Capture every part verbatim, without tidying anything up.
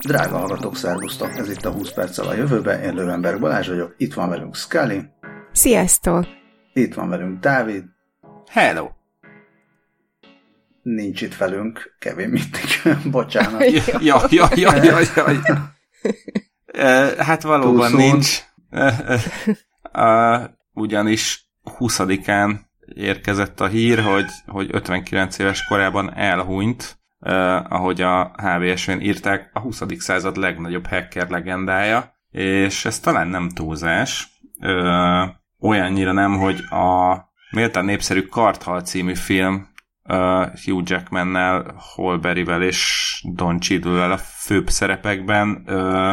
Drága hallgatók, szervusztok! Ez itt a húsz perccel a jövőbe, én Lőrenberg Balázs vagyok, itt van velünk Scully. Sziasztok! Itt van velünk Dávid. Hello! Nincs itt velünk Kevin Mittig, bocsánat. ja, ja, ja, ja, ja, ja. Hát valóban nincs. Ugyanis huszadikán érkezett a hír, hogy, hogy ötvenkilenc éves korában elhunyt, Uh, ahogy a há vé es-en írták, a huszadik század legnagyobb hacker legendája, és ez talán nem túlzás. Uh, olyannyira nem, hogy a méltán népszerű Karthal című film uh, Hugh Jackmannel, Holberryvel és Don Cheadle-vel a főbb szerepekben uh,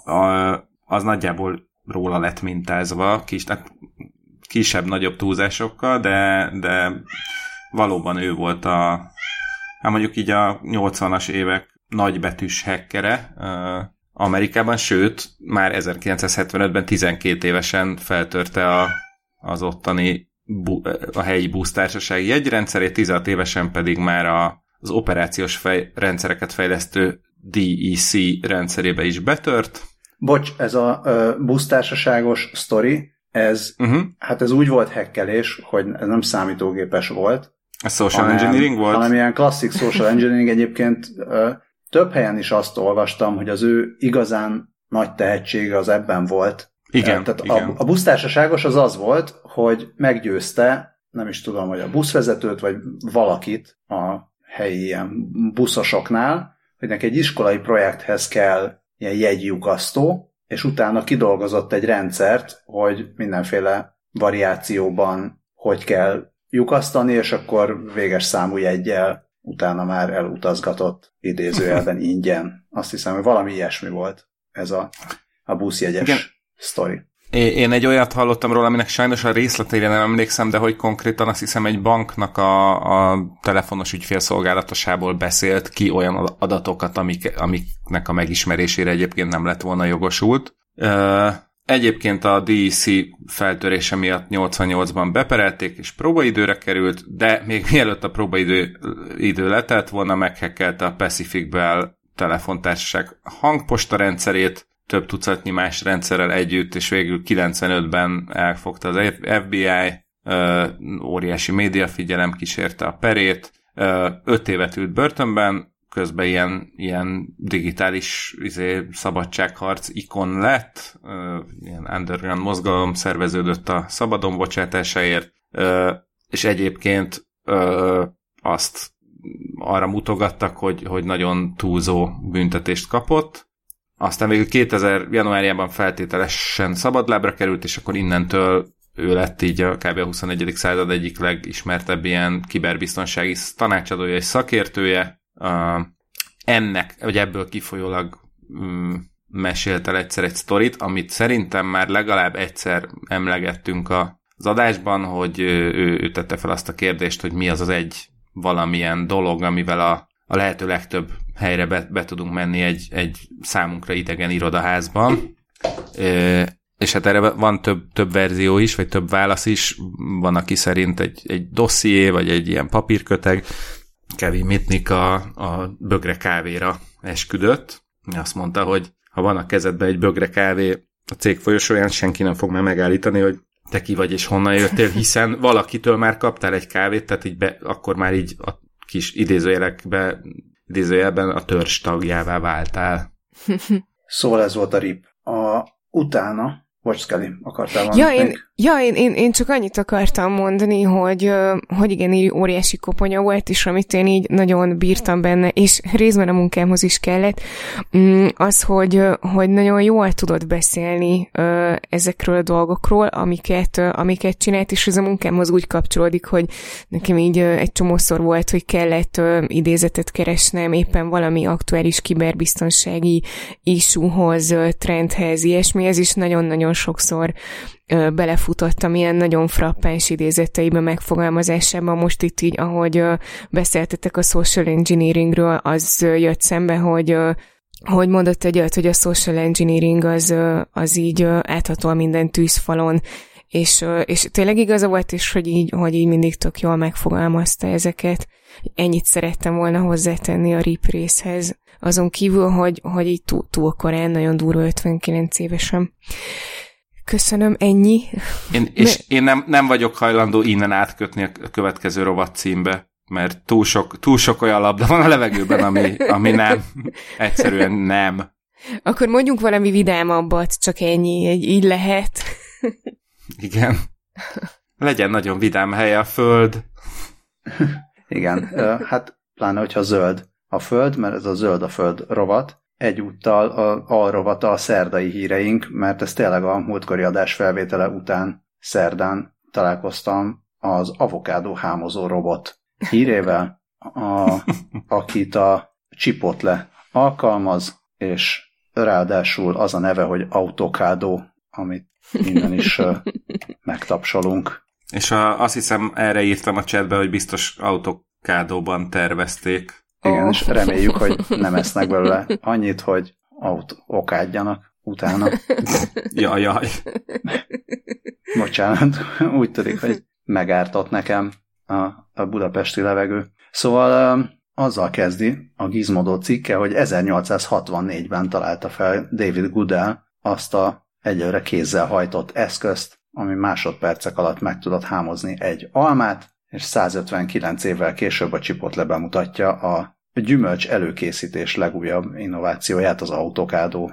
uh, az nagyjából róla lett mintázva, kis, tehát kisebb-nagyobb túlzásokkal, de, de valóban ő volt a hát mondjuk így a nyolcvanas évek nagybetűs hackere uh, Amerikában, sőt, már ezerkilencszázhetvenötben tizenkét évesen feltörte a, az ottani bu, a helyi busztársasági jegyrendszerét, tizenhat évesen pedig már a, az operációs fej, rendszereket fejlesztő dé é cé rendszerébe is betört. Bocs, ez a uh, busztársaságos sztori, ez, uh-huh. hát ez úgy volt hackelés, hogy ez nem számítógépes volt. A social hanem, engineering volt? Hanem ilyen klasszik social engineering. Egyébként ö, több helyen is azt olvastam, hogy az ő igazán nagy tehetsége az ebben volt. Igen, Tehát igen. A, a busztársaságos az az volt, hogy meggyőzte, nem is tudom, hogy a buszvezetőt, vagy valakit a helyi ilyen buszosoknál, hogy neki egy iskolai projekthez kell ilyen jegylyukasztó, és utána kidolgozott egy rendszert, hogy mindenféle variációban hogy kell lyukasztani, és akkor véges számú jeggyel utána már elutazgatott idézőjelben ingyen. Azt hiszem, hogy valami ilyesmi volt ez a, a buszjegyes igen. sztori. Én egy olyat hallottam róla, aminek sajnos a részleteire nem emlékszem, de hogy konkrétan azt hiszem egy banknak a, a telefonos ügyfélszolgálatosából beszélt ki olyan adatokat, amik, amiknek a megismerésére egyébként nem lett volna jogosult. Egyébként a dé é cé feltörése miatt nyolcvannyolcban beperelték, és próbaidőre került, de még mielőtt a próbaidő idő letelt volna, meghekkelte a Pacific Bell telefontársaság hangposta rendszerét, több tucatnyi más rendszerrel együtt, és végül kilencvenötben elfogta az ef bé i, óriási médiafigyelem kísérte a perét, öt évet ült börtönben, közben ilyen, ilyen digitális izé, szabadságharc ikon lett, uh, ilyen underground mozgalom szerveződött a szabadon bocsátásáért, uh, és egyébként uh, azt arra mutogattak, hogy, hogy nagyon túlzó büntetést kapott. Aztán végül kétezer januárjában feltételesen szabadlábra került, és akkor innentől ő lett így a kb. A huszonegyedik század egyik legismertebb ilyen kiberbiztonsági tanácsadója és szakértője. Uh, ennek, vagy ebből kifolyólag um, mesélt el egyszer egy sztorit, amit szerintem már legalább egyszer emlegettünk a, az adásban, hogy ő, ő tette fel azt a kérdést, hogy mi az az egy valamilyen dolog, amivel a, a lehető legtöbb helyre be, be tudunk menni egy, egy számunkra idegen irodaházban. Uh, és hát erre van több, több verzió is, vagy több válasz is. Van, aki szerint egy, egy dosszié, vagy egy ilyen papírköteg. Kevin Mitnick a, a bögre kávéra esküdött. Azt mondta, hogy ha van a kezedben egy bögre kávé a cég folyosóján, senki nem fog már megállítani, hogy te ki vagy és honnan jöttél, hiszen valakitől már kaptál egy kávét, tehát így be, akkor már így a kis idézőjelekbe, idézőjelben a törzs tagjává váltál. Szóval ez volt a rip. A, utána Bocs, Scully, akartál valamit ja, én, ja én, én, én csak annyit akartam mondani, hogy, hogy igen, így óriási koponya volt, és amit én így nagyon bírtam benne, és részben a munkámhoz is kellett, az, hogy, hogy nagyon jól tudott beszélni ezekről a dolgokról, amiket, amiket csinált, és ez a munkámhoz úgy kapcsolódik, hogy nekem így egy csomószor volt, hogy kellett idézetet keresnem éppen valami aktuális kiberbiztonsági issue-hoz, trendhez, ilyesmi, ez is nagyon-nagyon sokszor ö, belefutottam ilyen nagyon frappáns idézeteibe, megfogalmazásában. Most itt így, ahogy ö, beszéltetek a social engineeringről, az ö, jött szembe, hogy ö, hogy mondott egy olyat, hogy a social engineering az, ö, az így ö, áthatol minden tűzfalon, és, ö, és tényleg igaza volt, és hogy így, hogy így mindig tök jól megfogalmazta ezeket. Ennyit szerettem volna hozzátenni a rip részhez. azon kívül, hogy, hogy így túl, túl korán, nagyon durva ötvenkilenc évesen. Köszönöm, ennyi. Én, és én nem, nem vagyok hajlandó innen átkötni a következő rovat címbe, mert túl sok, túl sok olyan labda van a levegőben, ami, ami nem. Egyszerűen nem. Akkor mondjunk valami vidámabbat, csak ennyi, így lehet. Igen. Legyen nagyon vidám helye a Föld. Igen, hát pláne, hogyha zöld a Föld, mert ez a zöld a Föld rovat, egyúttal a, a rovata a szerdai híreink, mert ez tényleg a múltkori adás felvétele után szerdán találkoztam az avokádó hámozó robot hírével, a, akit a Chipotle alkalmaz, és ráadásul az a neve, hogy Autokádó, amit innen is uh, megtapsolunk. És a, azt hiszem, erre írtam a chatbe, hogy biztos Autokádóban tervezték. Igen, oh. És reméljük, hogy nem esznek belőle annyit, hogy aut- okádjanak utána. Jaj, jaj. Bocsánat, úgy tudik, hogy megártott nekem a, a budapesti levegő. Szóval um, azzal kezdi a Gizmodo cikke, hogy ezernyolcszázhatvannégyben találta fel David Goodell azt a egyelőre kézzel hajtott eszközt, ami másodpercek alatt meg tudott hámozni egy almát, és százötvenkilenc évvel később a Chipotle bemutatja a gyümölcs előkészítés legújabb innovációját, az Autokádót,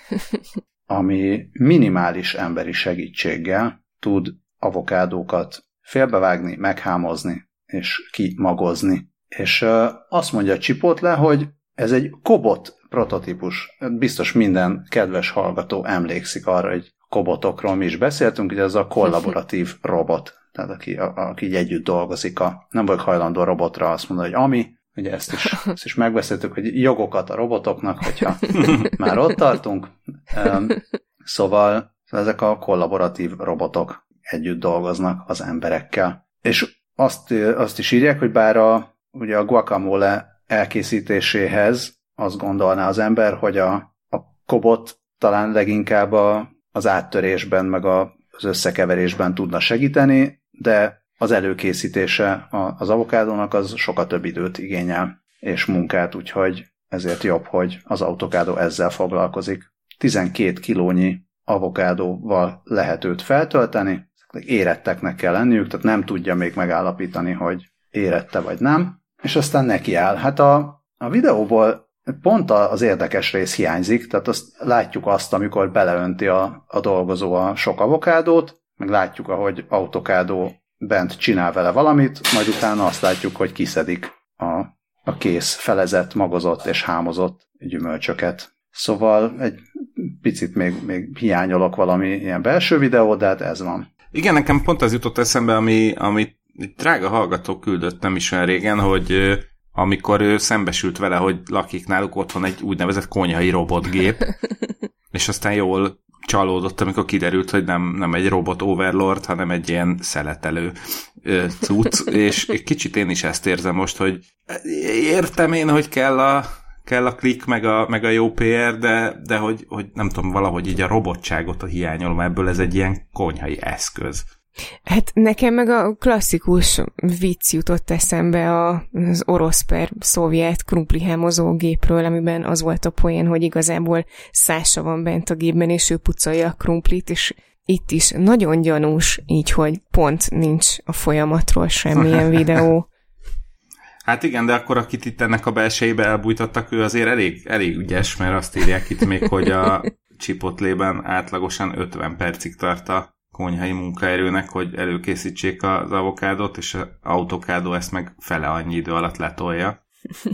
ami minimális emberi segítséggel tud avokádókat félbevágni, meghámozni és kimagozni. És uh, azt mondja a Chipotle, hogy ez egy kobot prototípus. Biztos minden kedves hallgató emlékszik arra, hogy kobotokról mi is beszéltünk, hogy ez a kollaboratív robot, tehát aki, a, aki így együtt dolgozik. A, nem vagyok hajlandó a robotra azt mondani, hogy ami, ugye ezt is, ezt is megbeszéltük, hogy jogokat a robotoknak, hogyha már ott tartunk. Um, szóval ezek a kollaboratív robotok együtt dolgoznak az emberekkel. És azt, azt is írják, hogy bár a, ugye a guacamole elkészítéséhez azt gondolná az ember, hogy a, a kobot talán leginkább a, az áttörésben, meg a, az összekeverésben tudna segíteni, de az előkészítése az avokádónak az sokkal több időt igényel, és munkát, úgyhogy ezért jobb, hogy az Autokádó ezzel foglalkozik. tizenkét kilónyi avokádóval lehet őt feltölteni, éretteknek kell lenniük, tehát nem tudja még megállapítani, hogy érette vagy nem, és aztán neki áll. Hát a, a videóból pont az érdekes rész hiányzik, tehát azt látjuk azt, amikor beleönti a, a dolgozó a sok avokádót, meg látjuk, ahogy Autokádó bent csinál vele valamit, majd utána azt látjuk, hogy kiszedik a, a kész, felezett, magozott és hámozott gyümölcsöket. Szóval egy picit még, még hiányolok valami ilyen belső videó, de hát ez van. Igen, nekem pont az jutott eszembe, ami, amit drága hallgató küldött nem is olyan régen, hogy amikor ő szembesült vele, hogy lakik náluk otthon egy úgynevezett konyhai robotgép, és aztán jól csalódott, amikor kiderült, hogy nem, nem egy robot overlord, hanem egy ilyen szeletelő ö, cucc, és kicsit én is ezt érzem most, hogy értem én, hogy kell a, kell a klik, meg a, meg a jó pé er, de, de hogy, hogy nem tudom, valahogy így a robotságot a hiányolom ebből, ez egy ilyen konyhai eszköz. Hát nekem meg a klasszikus vicc jutott eszembe az orosz per szovjet krumplihámozó gépről, amiben az volt a poén, hogy igazából Szása van bent a gépben, és ő pucolja a krumplit, és itt is nagyon gyanús, így, hogy pont nincs a folyamatról semmilyen videó. Hát igen, de akkor akit itt ennek a belsejébe elbújtattak, ő azért elég, elég ügyes, mert azt írják itt még, hogy a Chipotle-ben átlagosan ötven percig tart a konyhai munkaerőnek, hogy előkészítsék az avokádót, és az Autokádó ezt meg fele annyi idő alatt letolja.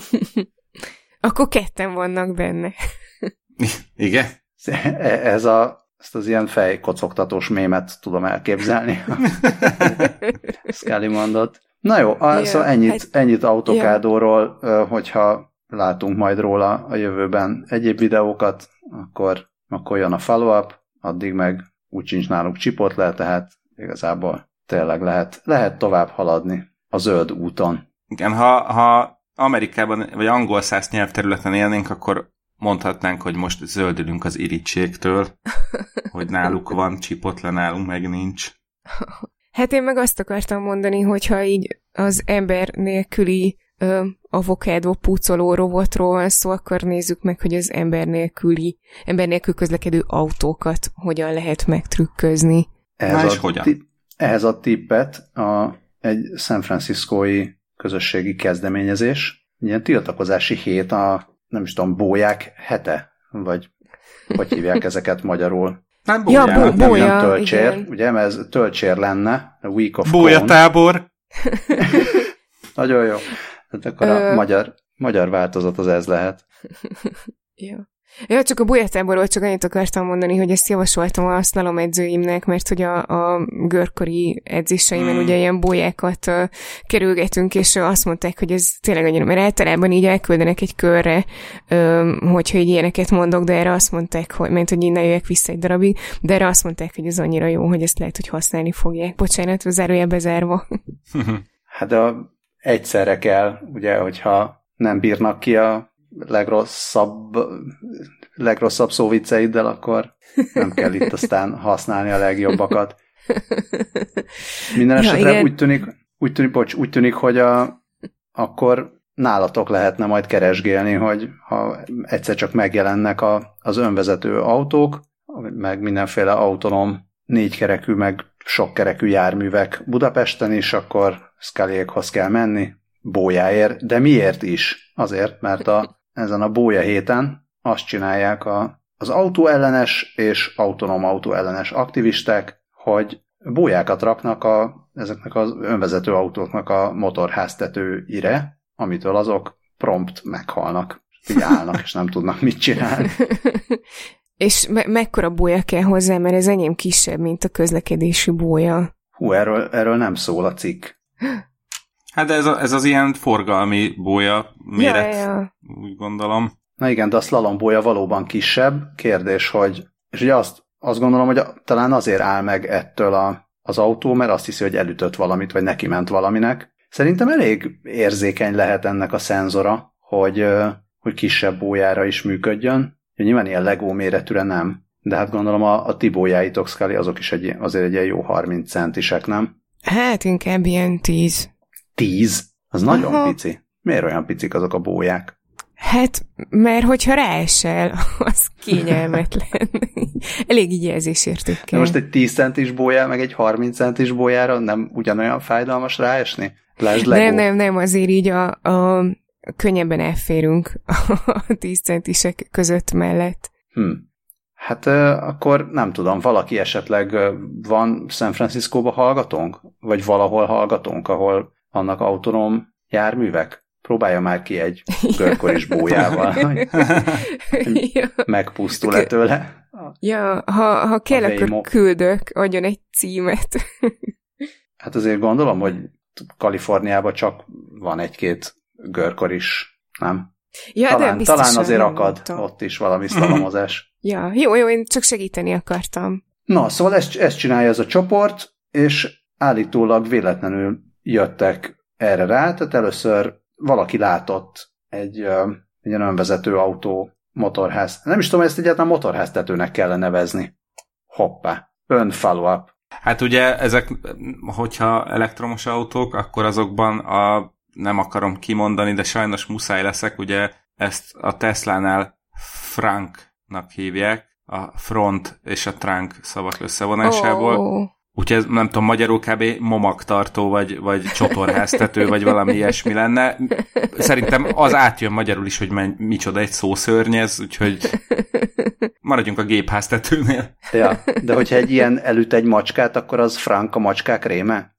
Akkor ketten vannak benne. Igen? Ez a, ezt az ilyen fejkocogtatós mémet tudom elképzelni. Scully mondott. Na jó, yeah, szóval ennyit, hát, ennyit Autokádóról, yeah. Hogyha látunk majd róla a jövőben egyéb videókat, akkor, akkor jön a follow-up, addig meg úgy sincs náluk Chipotle, tehát igazából tényleg lehet, lehet tovább haladni a zöld úton. Igen, ha, ha Amerikában, vagy angol száz nyelvterületen élnénk, akkor mondhatnánk, hogy most zöldülünk az irítségtől, hogy náluk van Chipotle, nálunk meg nincs. Hát én meg azt akartam mondani, hogyha így az ember nélküli ö, avokádó pucoló robotról van szó, akkor nézzük meg, hogy az ember nélküli, ember nélkül közlekedő autókat hogyan lehet megtrükközni. Ehhez, a, hogyan? Ti, ehhez a tippet a, egy San Franciscói közösségi kezdeményezés, ilyen tiltakozási hét, a nem is tudom, bóják hete, vagy hogy hívják ezeket magyarul? Nem bója. Ja, bó- nem, bója, nem töltsér, igen. ugye, mert ez töltsér lenne, a Week of Bója Cone. tábor. Nagyon jó. Tehát akkor a magyar, magyar változat az ez lehet. Ja. Ja, csak a bójatáborról csak annyit akartam mondani, hogy ezt javasoltam a szlalom edzőimnek, mert hogy a, a görkori edzéseimen mm. ugye ilyen bójákat uh, kerülgetünk, és uh, azt mondták, hogy ez tényleg annyira, mert általában így elküldenek egy körre, um, hogyha így ilyeneket mondok, de erre azt mondták, hogy, mert hogy innen jöjjek vissza egy darabig, de erre azt mondták, hogy ez annyira jó, hogy ezt lehet, hogy használni fogják. Bocsánat, zárójel bezárva. Hát de egyszerre kell, ugye, hogyha nem bírnak ki a legrosszabb, legrosszabb szóvicceiddel, akkor nem kell itt aztán használni a legjobbakat. Minden esetre ja, úgy tűnik, úgy tűnik, bocs, úgy tűnik, hogy a, akkor nálatok lehetne majd keresgélni, hogy ha egyszer csak megjelennek a, az önvezető autók, meg mindenféle autonóm négykerekű, meg sokkerekű járművek Budapesten is, akkor Scullyékhoz kell menni, bójáért, de miért is? Azért, mert a ezen a bója héten azt csinálják a, az autóellenes és autonóm autóellenes aktivisták, hogy bójákat raknak a, ezeknek az önvezető autóknak a motorháztetőire, amitől azok prompt meghalnak, így állnak, és nem tudnak mit csinálni. És me- mekkora bója kell hozzá, mert ez enyém kisebb, mint a közlekedési bója. Hú, erről, erről nem szól a cikk. Hát de ez, a, ez az ilyen forgalmi bója méret, ja, ja. úgy gondolom. Na igen, de a szlalombója valóban kisebb. Kérdés, hogy... És ugye azt, azt gondolom, hogy a, talán azért áll meg ettől a, az autó, mert azt hiszi, hogy elütött valamit, vagy neki ment valaminek. Szerintem elég érzékeny lehet ennek a szenzora, hogy, hogy kisebb bójára is működjön. Nyilván ilyen Lego méretűre nem. De hát gondolom a, a ti bójáitok, Scully, azok is egy, azért egy ilyen jó harminc centisek, nem? Hát inkább ilyen tíz. Tíz? Az nagyon Aha. pici. Miért olyan picik azok a bóják? Hát, mert hogyha ráesel, az kényelmetlen. Elég így jelzésértékkel. Most egy tíz centis bójá, meg egy harminc centis bójára nem ugyanolyan fájdalmas ráesni? Lásd Lego. Nem, nem, nem, azért így a, a könnyebben elférünk a tíz centisek között mellett. Hm. Hát euh, akkor nem tudom, valaki esetleg euh, van San Franciscóba hallgatónk? Vagy valahol hallgatónk, ahol vannak autonóm járművek? Próbálja már ki egy görkoris bójával, hogy ja. megpusztul-e tőle. Ja, ha, ha kell, akkor küldök, adjon egy címet. Hát azért gondolom, hogy Kaliforniában csak van egy-két görkoris, nem? Ja, talán, de talán azért akad mondtam. ott is valami szlalomozás. Ja, jó, jó, én csak segíteni akartam. Na, szóval ezt, ezt csinálja ez a csoport, és állítólag véletlenül jöttek erre rá, tehát először valaki látott egy, egy önvezető autó motorház. Nem is tudom, hogy ezt egyáltalán motorháztetőnek kellene nevezni. Hoppá. Ön follow-up. Hát ugye ezek, hogyha elektromos autók, akkor azokban a, nem akarom kimondani, de sajnos muszáj leszek, ugye ezt a Teslánál Franknak hívják, a front és a trunk szavak összevonásából. Oh. Úgyhogy nem tudom, magyarul kb. Momagtartó, vagy, vagy csoporháztető, vagy valami ilyesmi lenne. Szerintem az átjön magyarul is, hogy menj, micsoda egy szószörnyez, úgyhogy maradjunk a gépháztetőnél. Ja, de hogyha egy ilyen elüt egy macskát, akkor az Frank a macskák réme?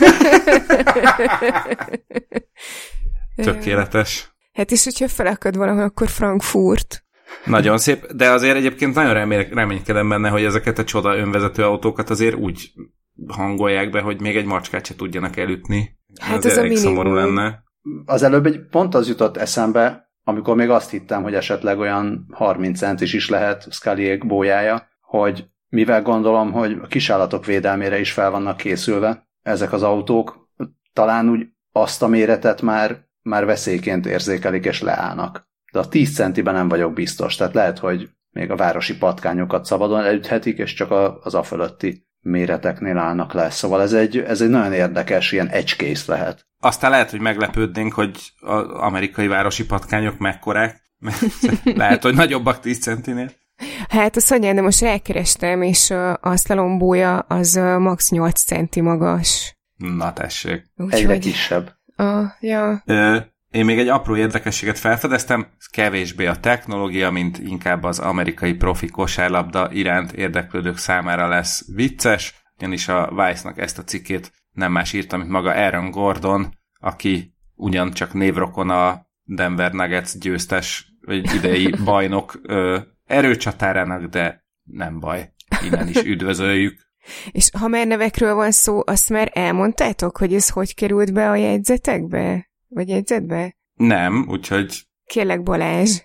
Tökéletes. Hát és hogyha felakad valahol, akkor Frankfurt. Nagyon szép, de azért egyébként nagyon remény, reménykedem benne, hogy ezeket a csoda önvezető autókat azért úgy hangolják be, hogy még egy macskát se tudjanak elütni. Hát ez ez elég a szomorú lenne. Az előbb egy pont az jutott eszembe, amikor még azt hittem, hogy esetleg olyan harminc centis is lehet Scullyék bójája, hogy mivel gondolom, hogy a kisállatok védelmére is fel vannak készülve ezek az autók, talán úgy azt a méretet már, már veszélyként érzékelik és leállnak. De a tíz centiben nem vagyok biztos, tehát lehet, hogy még a városi patkányokat szabadon elüthetik, és csak az a fölötti méreteknél állnak le. Szóval ez egy, ez egy nagyon érdekes, ilyen edge case lehet. aztán lehet, hogy meglepődnénk, hogy az amerikai városi patkányok mekkorák. Lehet, hogy nagyobbak tíz centinél. Hát a szanyán, de most elkerestem, és a szlalombója az max. nyolc centi magas. Na tessék. Úgy, egyre kisebb. A, ja. Ö, én még egy apró érdekességet felfedeztem, kevésbé a technológia, mint inkább az amerikai profi kosárlabda iránt érdeklődők számára lesz vicces, ugyanis a Vice-nak ezt a cikkét nem más írta, mint maga Aaron Gordon, aki ugyancsak névrokon a Denver Nuggets győztes, vagy idei bajnok ö, erőcsatárának, de nem baj, innen is üdvözöljük. És ha már nevekről van szó, azt már elmondtátok, hogy ez hogy került be a jegyzetekbe? Vagy jegyzetbe? Nem, úgyhogy... Kérlek, Balázs.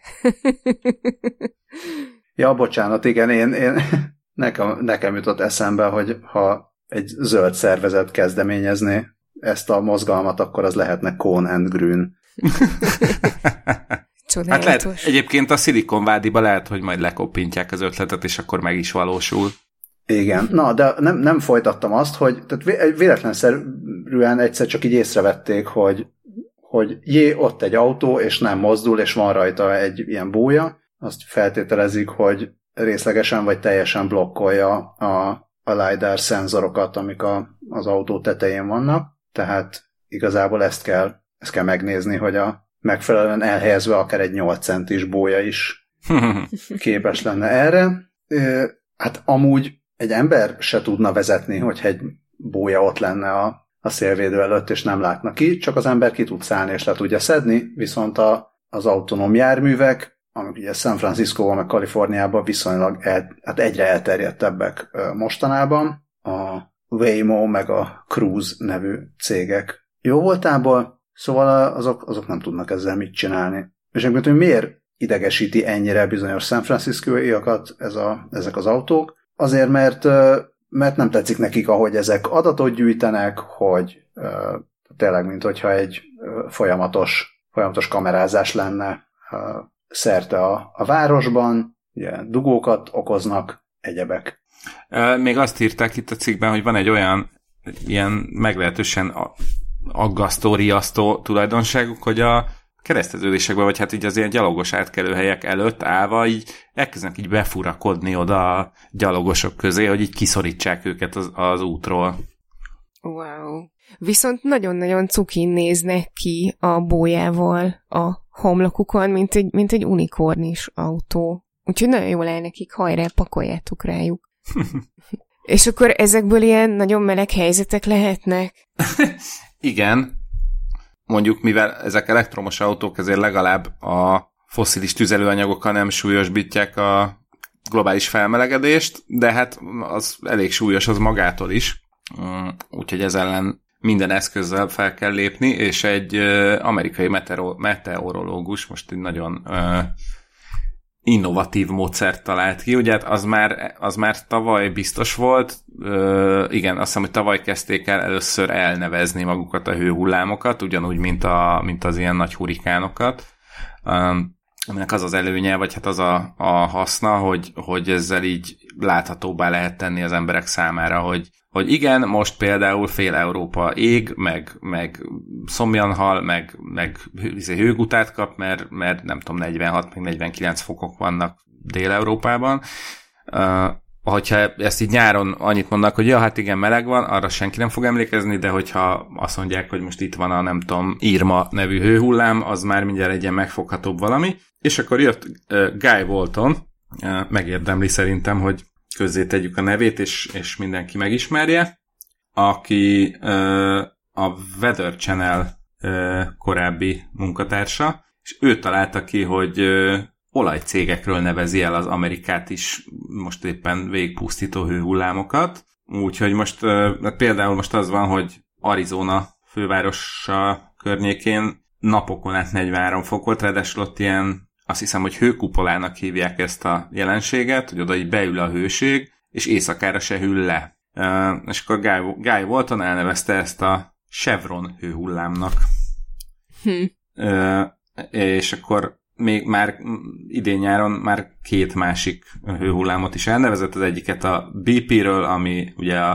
Ja, bocsánat, igen, én, én nekem, nekem jutott eszembe, hogy ha egy zöld szervezet kezdeményezné ezt a mozgalmat, akkor az lehetne Cone and Grün. Hát lehet, egyébként a Silicon Valley-ba lehet, hogy majd lekoppintják az ötletet, és akkor meg is valósul. Igen, na, de nem, nem folytattam azt, hogy tehát véletlenszerűen egyszer csak így észrevették, hogy, hogy jé, ott egy autó, és nem mozdul, és van rajta egy ilyen búja, azt feltételezik, hogy részlegesen vagy teljesen blokkolja a, a LiDAR szenzorokat, amik a, az autó tetején vannak, tehát igazából ezt kell, ezt kell megnézni, hogy a megfelelően elhelyezve akár egy nyolc centis bója is képes lenne erre. Hát amúgy egy ember se tudna vezetni, hogyha egy bója ott lenne a, a szélvédő előtt, és nem látna ki, csak az ember ki tud szállni, és le tudja szedni, viszont a, az autonóm járművek, amik ugye San Franciscóban, meg Kaliforniában viszonylag el, hát egyre elterjedtebbek mostanában, a Waymo, meg a Cruise nevű cégek jó voltából, szóval azok, azok nem tudnak ezzel mit csinálni. És egyébként, hogy miért idegesíti ennyire bizonyos San Francisco-iakat ez a, ezek az autók? Azért, mert, mert nem tetszik nekik, ahogy ezek adatot gyűjtenek, hogy tényleg, mint hogyha egy folyamatos, folyamatos kamerázás lenne szerte a, a városban, ugye, dugókat okoznak, egyebek. Még azt írták itt a cikkben, hogy van egy olyan ilyen meglehetősen aggasztó, riasztó tulajdonságuk, hogy a kereszteződésekben, vagy hát így az ilyen gyalogos átkelőhelyek előtt állva így elkezdenek így befurakodni oda a gyalogosok közé, hogy így kiszorítsák őket az, az útról. Wow. Viszont nagyon-nagyon cukin néznek ki a bójával a homlokukon, mint egy, mint egy unikornis autó. Úgyhogy nagyon jól áll nekik, hajrá, pakoljátok rájuk. És akkor ezekből ilyen nagyon meleg helyzetek lehetnek? Igen. Mondjuk, mivel ezek elektromos autók, ezért legalább a fosszilis tüzelőanyagokkal nem súlyosbítják a globális felmelegedést, de hát az elég súlyos az magától is. Úgyhogy ez ellen minden eszközzel fel kell lépni, és egy amerikai meteoro- meteorológus most egy nagyon uh, innovatív módszert talált ki. Ugye az már, az már tavaly biztos volt, uh, igen, azt hiszem, hogy tavaly kezdték el először elnevezni magukat a hőhullámokat, ugyanúgy, mint, a, mint az ilyen nagy hurikánokat. Um, aminek az az előnye, vagy hát az a, a haszna, hogy, hogy ezzel így láthatóbbá lehet tenni az emberek számára, hogy, hogy igen, most például fél Európa ég, meg, meg szomjan hal, meg, meg hőgutát kap, mert, mert nem tudom, negyvenhat, meg negyvenkilenc fokok vannak Dél-Európában. Uh, hogyha ezt így nyáron annyit mondanak, hogy ja, hát igen, meleg van, arra senki nem fog emlékezni, de hogyha azt mondják, hogy most itt van a, nem tudom, Irma nevű hőhullám, az már mindjárt egy ilyen megfoghatóbb valami. És akkor jött uh, Guy Walton, uh, megérdemli szerintem, hogy közzé tegyük a nevét, és, és mindenki megismerje, aki uh, a Weather Channel uh, korábbi munkatársa, és ő találta ki, hogy uh, olajcégekről nevezi el az Amerikát is most éppen végpusztító hőhullámokat. Úgyhogy most uh, például most az van, hogy Arizona fővárosa környékén napokon át negyvenhárom fok volt, ráadásul ott ilyen, azt hiszem, hogy hőkupolának hívják ezt a jelenséget, hogy oda így beül a hőség, és éjszakára se hűl le. Uh, és akkor Guy, Guy Walton elnevezte ezt a Chevron hőhullámnak. Hm. Uh, és akkor még már idén-nyáron már két másik hőhullámot is elnevezett, az egyiket a bé pé-ről, ami ugye a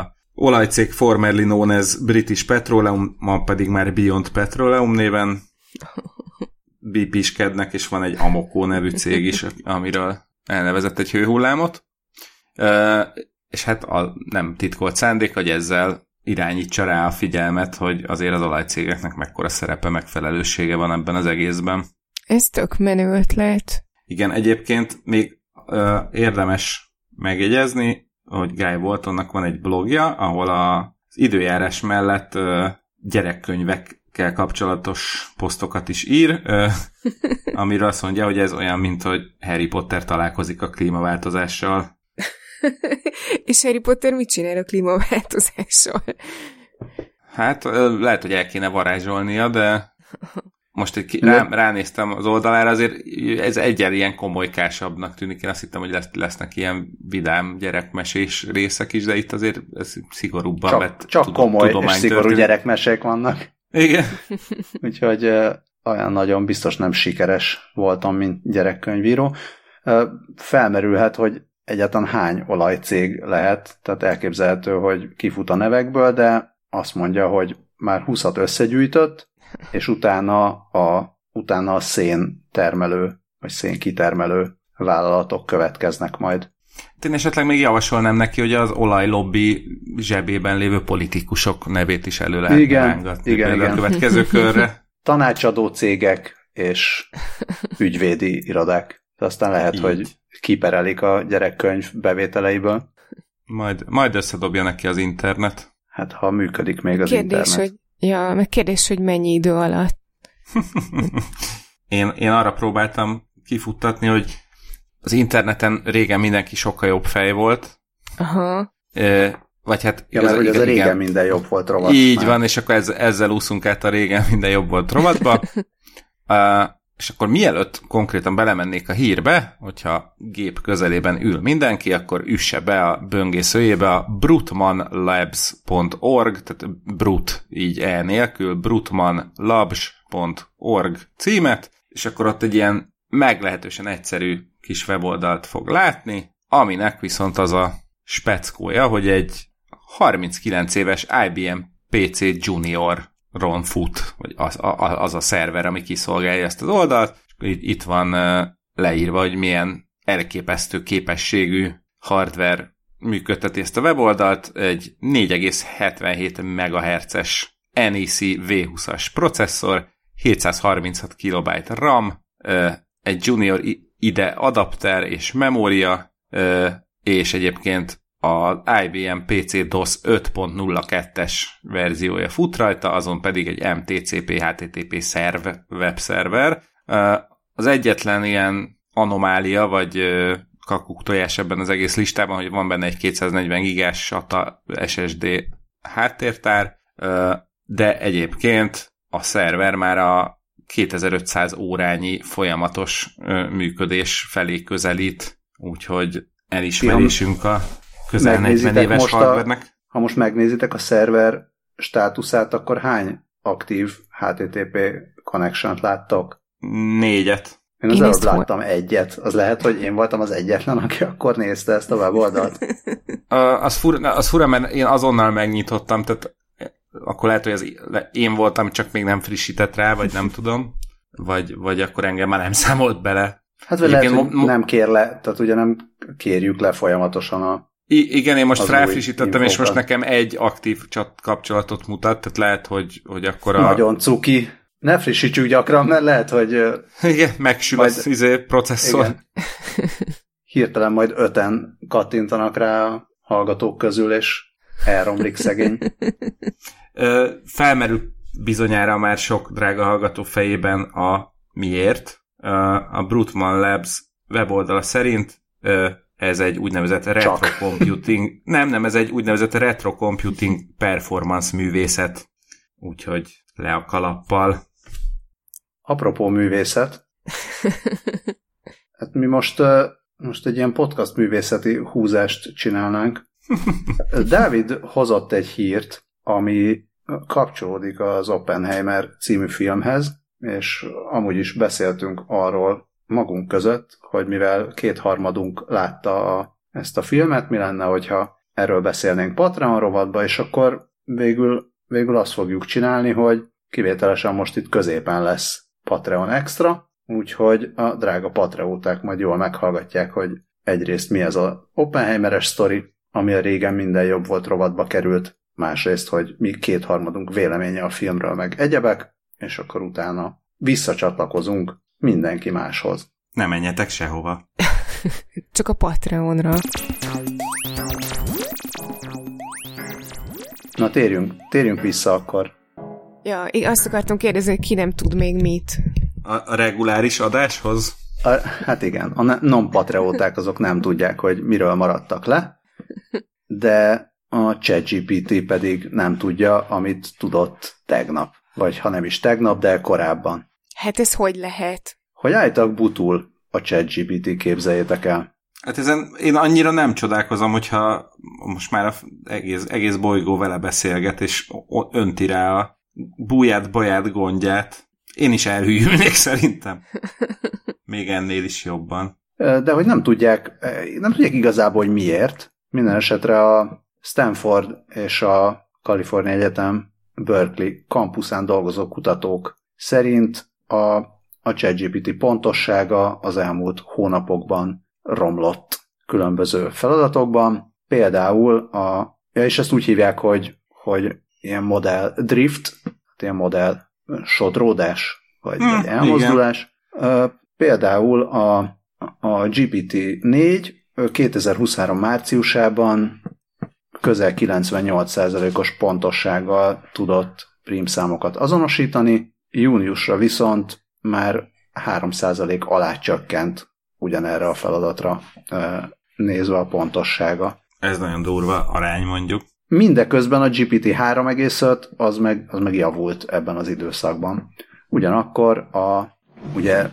olajcég formerly known as British Petroleum, ma pedig már Beyond Petroleum néven bé pé-skednek, és van egy Amoco nevű cég is, amiről elnevezett egy hőhullámot. És hát a nem titkolt szándék, hogy ezzel irányítsa rá a figyelmet, hogy azért az olajcégeknek mekkora szerepe, megfelelősége van ebben az egészben. Ez tök menő ötlet. Igen, egyébként még ö, érdemes megjegyezni, hogy Guy Boltonnak van egy blogja, ahol a, az időjárás mellett ö, gyerekkönyvekkel kapcsolatos posztokat is ír, ö, amiről azt mondja, hogy ez olyan, mint hogy Harry Potter találkozik a klímaváltozással. És Harry Potter mit csinál a klímaváltozással? Hát lehet, hogy el kéne varázsolnia, de most egy rá, ránéztem az oldalára, azért ez egyen ilyen komolykásabbnak tűnik. Én azt hittem, hogy lesz, lesznek ilyen vidám gyerekmesés részek is, de itt azért ez szigorúbban csak, vett Csak tud, komoly és szigorú történik. gyerekmesék vannak. Igen. Úgyhogy olyan nagyon biztos nem sikeres voltam, mint gyerekkönyvíró. Felmerülhet, hogy egyáltalán hány olajcég lehet, tehát elképzelhető, hogy kifut a nevekből, de azt mondja, hogy már húszat összegyűjtött, és utána a, utána a szén termelő, vagy szén kitermelő vállalatok következnek majd. Én esetleg még javasolnám neki, hogy az olajlobbi zsebében lévő politikusok nevét is elő lehet igen, rángatni igen, igen. a következő körre. Tanácsadó cégek és ügyvédi irodák. Aztán lehet, így. hogy kiperelik a gyerekkönyv bevételeiből. Majd, majd összedobja neki az internet. Hát, ha működik még az kérdés, internet. Hogy, ja, meg kérdés, hogy mennyi idő alatt. én, én arra próbáltam kifuttatni, hogy az interneten régen mindenki sokkal jobb fej volt. Aha. E, vagy hát... Ja, mert hogy ez a régen igen, minden jobb volt rovat. Így már. Van, és akkor ez, ezzel úszunk át a régen minden jobb volt rovatba. uh, és akkor mielőtt konkrétan belemennék a hírbe, hogyha gép közelében ül mindenki, akkor üsse be a böngészőjébe a brutmanlabs pont org, tehát brut így e nélkül, brutmanlabs pont org címet, és akkor ott egy ilyen meglehetősen egyszerű kis weboldalt fog látni, aminek viszont az a speckója, hogy egy harminckilenc éves I B M pé cé Junior ron fut, vagy az, az a szerver, ami kiszolgálja ezt az oldalt. Itt van leírva, hogy milyen elképesztő képességű hardware működteti ezt a weboldalt. Egy négy egész hetvenhét megahertzes N E C V húszas processzor, hétszázharminchat kilobájt RAM, egy Junior ide adapter és memória, és egyébként az I B M pé cé DOS öt pont nulla kettes verziója fut rajta, azon pedig egy M T C P H T T P szerv, webszerver. Az egyetlen ilyen anomália, vagy kakuktojás ebben az egész listában, hogy van benne egy kétszáznegyven gigás SATA S S D háttértár, de egyébként a szerver már a kétezer-ötszáz órányi folyamatos működés felé közelít, úgyhogy elismerésünk a közel negyven éves hardware-nek. Ha most megnézitek a szerver státuszát, akkor hány aktív H T T P connection-t láttok? Négyet. Én az előbb láttam egyet. Az lehet, hogy én voltam az egyetlen, aki akkor nézte ezt a weboldalt. uh, az, fura, az fura, mert én azonnal megnyitottam, tehát akkor lehet, hogy az én voltam, csak még nem frissített rá, vagy nem tudom. Vagy, vagy akkor engem már nem számolt bele. Hát vagy lehet, hogy mo- nem kér le, tehát ugye nem kérjük le folyamatosan a... I- igen, én most ráfrissítettem, és most nekem egy aktív csat kapcsolatot mutat, tehát lehet, hogy, hogy akkor a... Nagyon cuki. Ne frissítsük gyakran, mert lehet, hogy... Igen, megsül majd... az izé, processzor. Igen. Hirtelen majd öten kattintanak rá a hallgatók közül, és elromlik szegény. Felmerül bizonyára már sok drága hallgató fejében a miért. A Brutman Labs weboldala szerint ez egy úgynevezett retro computing, nem, nem, ez egy úgynevezett retro computing performance művészet. Úgyhogy le a kalappal. Apropó művészet, hát mi most, most egy ilyen podcast művészeti húzást csinálnánk. Dávid hozott egy hírt, ami kapcsolódik az Oppenheimer című filmhez, és amúgy is beszéltünk arról magunk között, hogy mivel kétharmadunk látta a, ezt a filmet, mi lenne, hogyha erről beszélnénk Patreon rovatba, és akkor végül, végül azt fogjuk csinálni, hogy kivételesen most itt középen lesz Patreon Extra, úgyhogy a drága patreóták majd jól meghallgatják, hogy egyrészt mi ez a Oppenheimeres sztori, ami a régen minden jobb volt rovatba került, másrészt, hogy mi kétharmadunk véleménye a filmről, meg egyebek, és akkor utána visszacsatlakozunk mindenki máshoz. Ne menjetek sehova. Csak a Patreonra. Na térjünk, térjünk vissza akkor. Ja, azt akartam kérdezni, hogy ki nem tud még mit. A, a reguláris adáshoz? A, hát igen, a non-patreóták azok nem tudják, hogy miről maradtak le, de a ChatGPT pedig nem tudja, amit tudott tegnap. Vagy ha nem is tegnap, de korábban. Hát ez hogy lehet? Hogy állítak butul a ChatGPT, képzeljétek el. Hát ezen én annyira nem csodálkozom, hogyha most már az egész, egész bolygó vele beszélget, és önti rá a búját, baját, gondját. Én is elhűlnék szerintem. Még ennél is jobban. De hogy nem tudják, nem tudják igazából, hogy miért. Minden esetre a Stanford és a Kalifornia Egyetem Berkeley kampuszán dolgozó kutatók szerint a, a ChatGPT pontossága az elmúlt hónapokban romlott különböző feladatokban. Például a, ja, és ezt úgy hívják, hogy, hogy ilyen modell drift, ilyen modell sodródás, vagy, hmm, vagy elmozdulás. Igen. Például a, a gé pé té négy kétezer-huszonhárom márciusában közel kilencvennyolc százalékos pontossággal tudott prímszámokat azonosítani, júniusra viszont már három százalék alá csökkent ugyanerre a feladatra nézve a pontossága. Ez nagyon durva arány, mondjuk. Mindeközben a gé pé té három egész öt az meg, az meg javult ebben az időszakban. Ugyanakkor a, ugye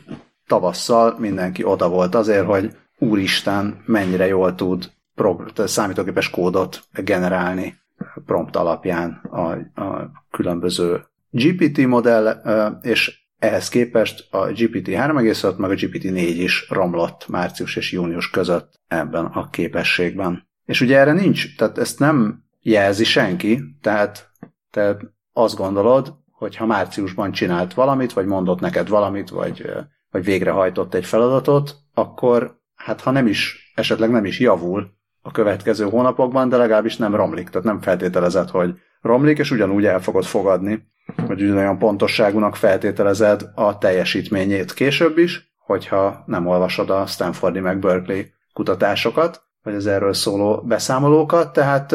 tavasszal mindenki oda volt azért, hogy úristen, mennyire jól tud progr- számítógépes kódot generálni prompt alapján a, a különböző gé pé té modell, és ehhez képest a gé pé té három egész öt meg a gé pé té négy is romlott március és június között ebben a képességben. És ugye erre nincs, tehát ezt nem jelzi senki, tehát te azt gondolod, hogy ha márciusban csinált valamit, vagy mondott neked valamit, vagy, vagy végrehajtott egy feladatot, akkor hát ha nem is, esetleg nem is javul a következő hónapokban, de legalábbis nem romlik, tehát nem feltételezed, hogy romlik, és ugyanúgy el fogod fogadni, hogy ugyanolyan pontosságúnak feltételezed a teljesítményét később is, hogyha nem olvasod a Stanfordi meg Berkeley kutatásokat, vagy az erről szóló beszámolókat, tehát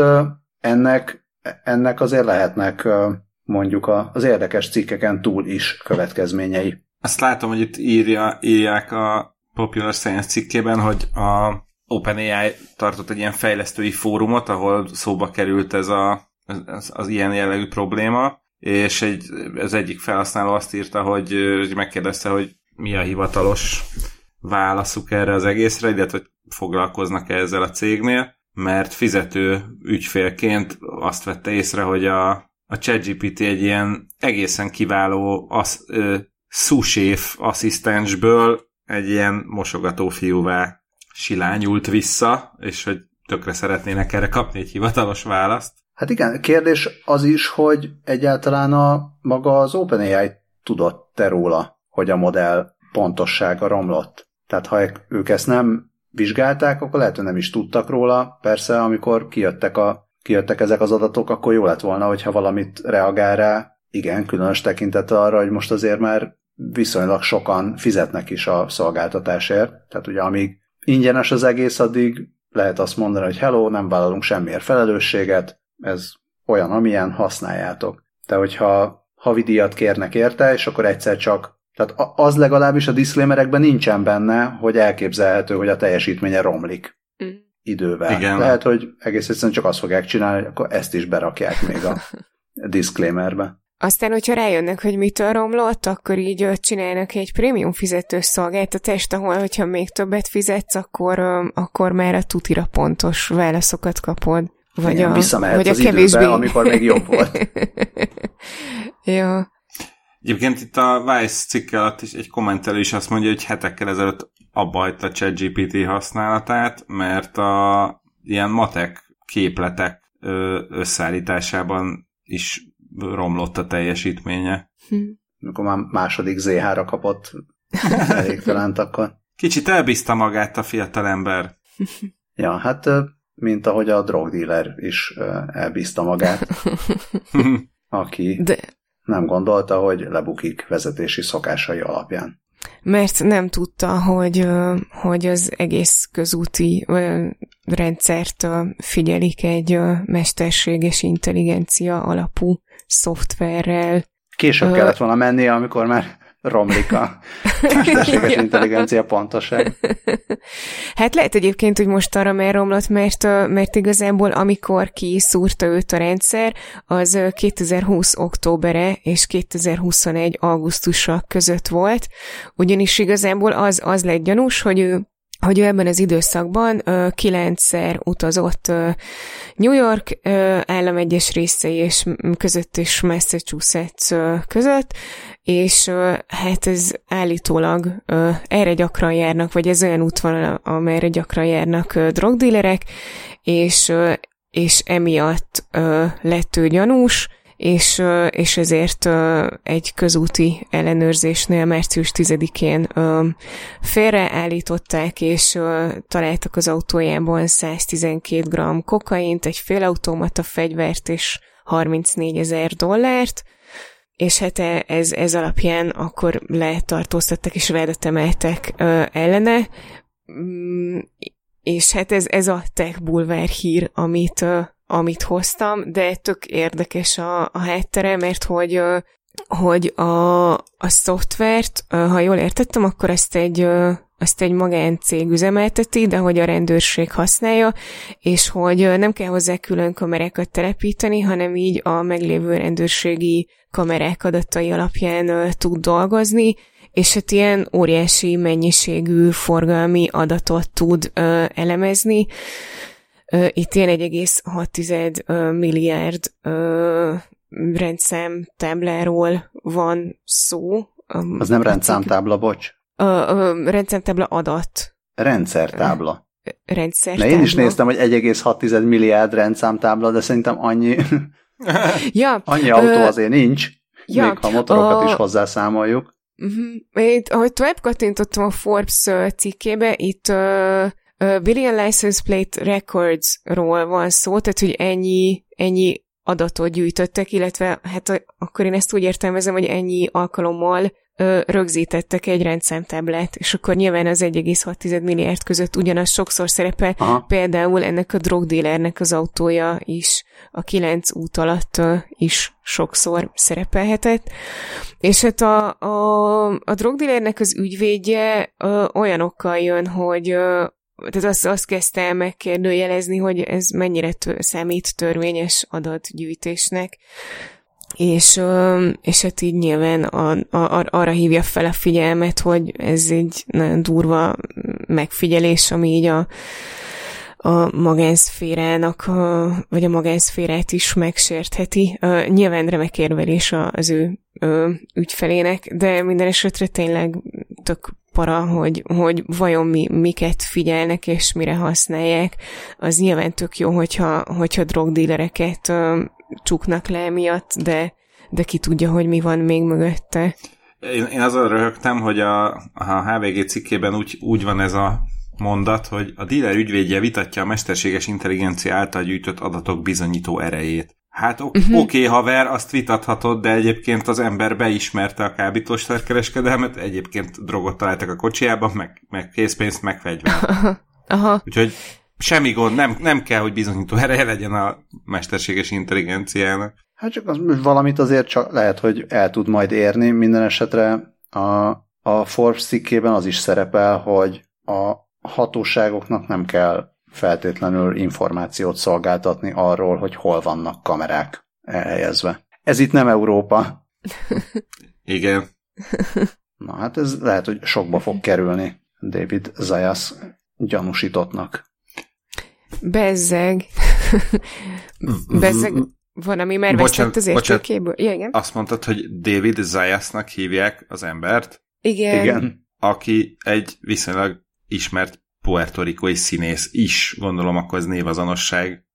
ennek, ennek azért lehetnek mondjuk az érdekes cikkeken túl is következményei. Azt látom, hogy itt írja, írják a Popular Science cikkében, hogy a OpenAI tartott egy ilyen fejlesztői fórumot, ahol szóba került ez a, az, az ilyen jellegű probléma, és egy, az egyik felhasználó azt írta, hogy, hogy megkérdezte, hogy mi a hivatalos válaszuk erre az egészre, illetve hogy foglalkoznak-e ezzel a cégnél, mert fizető ügyfélként azt vette észre, hogy a, a ChatGPT egy ilyen egészen kiváló az, ö, sous-chef asszisztensből egy ilyen mosogató fiúvá silányult vissza, és hogy tökre szeretnének erre kapni egy hivatalos választ. Hát igen, kérdés az is, hogy egyáltalán a maga az OpenAI tudott-e róla, hogy a modell pontossága romlott. Tehát ha ők ezt nem vizsgálták, akkor lehet, hogy nem is tudtak róla. Persze, amikor kijöttek, a, kijöttek ezek az adatok, akkor jó lett volna, hogyha valamit reagál rá. Igen, különös tekintettel arra, hogy most azért már viszonylag sokan fizetnek is a szolgáltatásért. Tehát ugye amíg ingyenes az egész, addig lehet azt mondani, hogy hello, nem vállalunk semmiért felelősséget, ez olyan, amilyen, használjátok. De hogyha havidíjat kérnek érte, és akkor egyszer csak, tehát az legalábbis a diszklémerekben nincsen benne, hogy elképzelhető, hogy a teljesítménye romlik mm. idővel. Igen. Lehet, hogy egész egyszerűen csak azt fogják csinálni, hogy akkor ezt is berakják még a diszklémerbe. Aztán, hogyha rájönnek, hogy mitől romlott, akkor így csinálnak egy prémium fizetős szolgáltatást, ahol, hogyha még többet fizetsz, akkor, akkor már a tutira pontos válaszokat kapod. Vagy igen, a, visszamehetsz vagy a az kevésbé... időbe, amikor még jobb volt. Jó. Egyébként itt a Vice cikk alatt is egy kommentelő is azt mondja, hogy hetekkel ezelőtt abba hagyta a ChatGPT használatát, mert a ilyen matek képletek összeállításában is romlott a teljesítménye. Hm. Amikor már második zé há-ra kapott elégtelent, akkor... Kicsit elbízta magát a fiatalember. Ja, hát mint ahogy a drogdealer is elbízta magát, aki De... nem gondolta, hogy lebukik vezetési szokásai alapján. Mert nem tudta, hogy, hogy az egész közúti rendszert figyelik egy mesterséges intelligencia alapú szoftverrel. Később uh, kellett volna mennie, amikor már romlik a mesterséges intelligencia pontoság. Hát lehet egyébként, hogy most arra már romlott, mert, mert igazából amikor kiszúrta őt a rendszer, az kétezer-húsz októbere és kétezer-huszonegy augusztusa között volt, ugyanis igazából az, az lett gyanús, hogy ő hogy ő ebben az időszakban uh, kilencszer utazott uh, New York uh, állam egyes részei és között és Massachusetts uh, között, és uh, hát ez állítólag uh, erre gyakran járnak, vagy ez olyan útvonal, amelyre gyakran járnak uh, drogdílerek, és, uh, és emiatt uh, lett ő gyanús, és, és ezért egy közúti ellenőrzésnél március tizedikén félreállították, és találtak az autójában száztizenkét gramm kokaint, egy félautomata fegyvert és harmincnégyezer dollárt, és hát ez, ez alapján akkor letartóztattak és vádat emeltek ellene, és hát ez, ez a tech bulvár hír, amit amit hoztam, de tök érdekes a, a háttere, mert hogy, hogy a, a szoftvert, ha jól értettem, akkor ezt egy, ezt egy magáncég üzemelteti, de hogy a rendőrség használja, és hogy nem kell hozzá külön kamerákat telepíteni, hanem így a meglévő rendőrségi kamerák adatai alapján tud dolgozni, és hát ilyen óriási mennyiségű forgalmi adatot tud elemezni. Itt ilyen egy egész hat milliárd rendszámtábláról van szó. Az nem rendszámtábla, bocs? A, a rendszámtábla adat. Rendszertábla. Rendszertábla. Na én is néztem, hogy egy egész hat milliárd rendszámtábla, de szerintem annyi, ja, annyi autó azért nincs, ja, még ha motorokat a... is hozzászámoljuk. Uh-huh. Itt, ahogy tovább kattintottam a Forbes cikkébe, itt... Uh, Billion License Plate Records-ról van szó, tehát hogy ennyi, ennyi adatot gyűjtöttek, illetve hát akkor én ezt úgy értelmezem, hogy ennyi alkalommal ö, rögzítettek egy rendszámtáblát, és akkor nyilván az egy egész hat milliárd között ugyanaz sokszor szerepel, Aha. például ennek a drogdílernek az autója is a kilenc út alatt ö, is sokszor szerepelhetett. És hát a, a, a drogdílernek az ügyvédje ö, olyanokkal jön, hogy ö, tehát azt, azt kezdte el megkérdőjelezni, hogy ez mennyire tő, számít törvényes adatgyűjtésnek, és, és hát így nyilván a, a, arra hívja fel a figyelmet, hogy ez egy nagyon durva megfigyelés, ami így a, a magánszférának, a, vagy a magánszférát is megsértheti. Uh, nyilván remek érvelés az ő uh, ügyfelének, de minden esetre tényleg tök para, hogy, hogy vajon mi, miket figyelnek és mire használják. Az nyilván tök jó, hogyha, hogyha drogdílereket uh, csuknak le miatt, de, de ki tudja, hogy mi van még mögötte. Én, én azon röhögtem, hogy a, a há vé gé cikkében úgy, úgy van ez a mondat, hogy a díler ügyvédje vitatja a mesterséges intelligencia által gyűjtött adatok bizonyító erejét. Hát ok- uh-huh. oké, okay, haver, azt vitathatod, de egyébként az ember beismerte a kábítószerkereskedelmet, egyébként drogot találtak a kocsijában, meg, meg készpénzt, meg fegyvert. Aha. Úgyhogy semmi gond, nem, nem kell, hogy bizonyító ereje legyen a mesterséges intelligenciának. Hát csak az, valamit azért csak lehet, hogy el tud majd érni. Minden esetre a, a Forbes cikkében az is szerepel, hogy a hatóságoknak nem kell feltétlenül információt szolgáltatni arról, hogy hol vannak kamerák elhelyezve. Ez itt nem Európa. Igen. Na hát ez lehet, hogy sokba fog kerülni David Zayas gyanúsítottnak. Bezzeg. Bezzeg. Van, ami már vesztett az értékéből. Ja, igen. Azt mondtad, hogy David Zayasnak hívják az embert? Igen. Igen. Aki egy viszonylag ismert puertoricói színész is, gondolom, akkor az névazonosság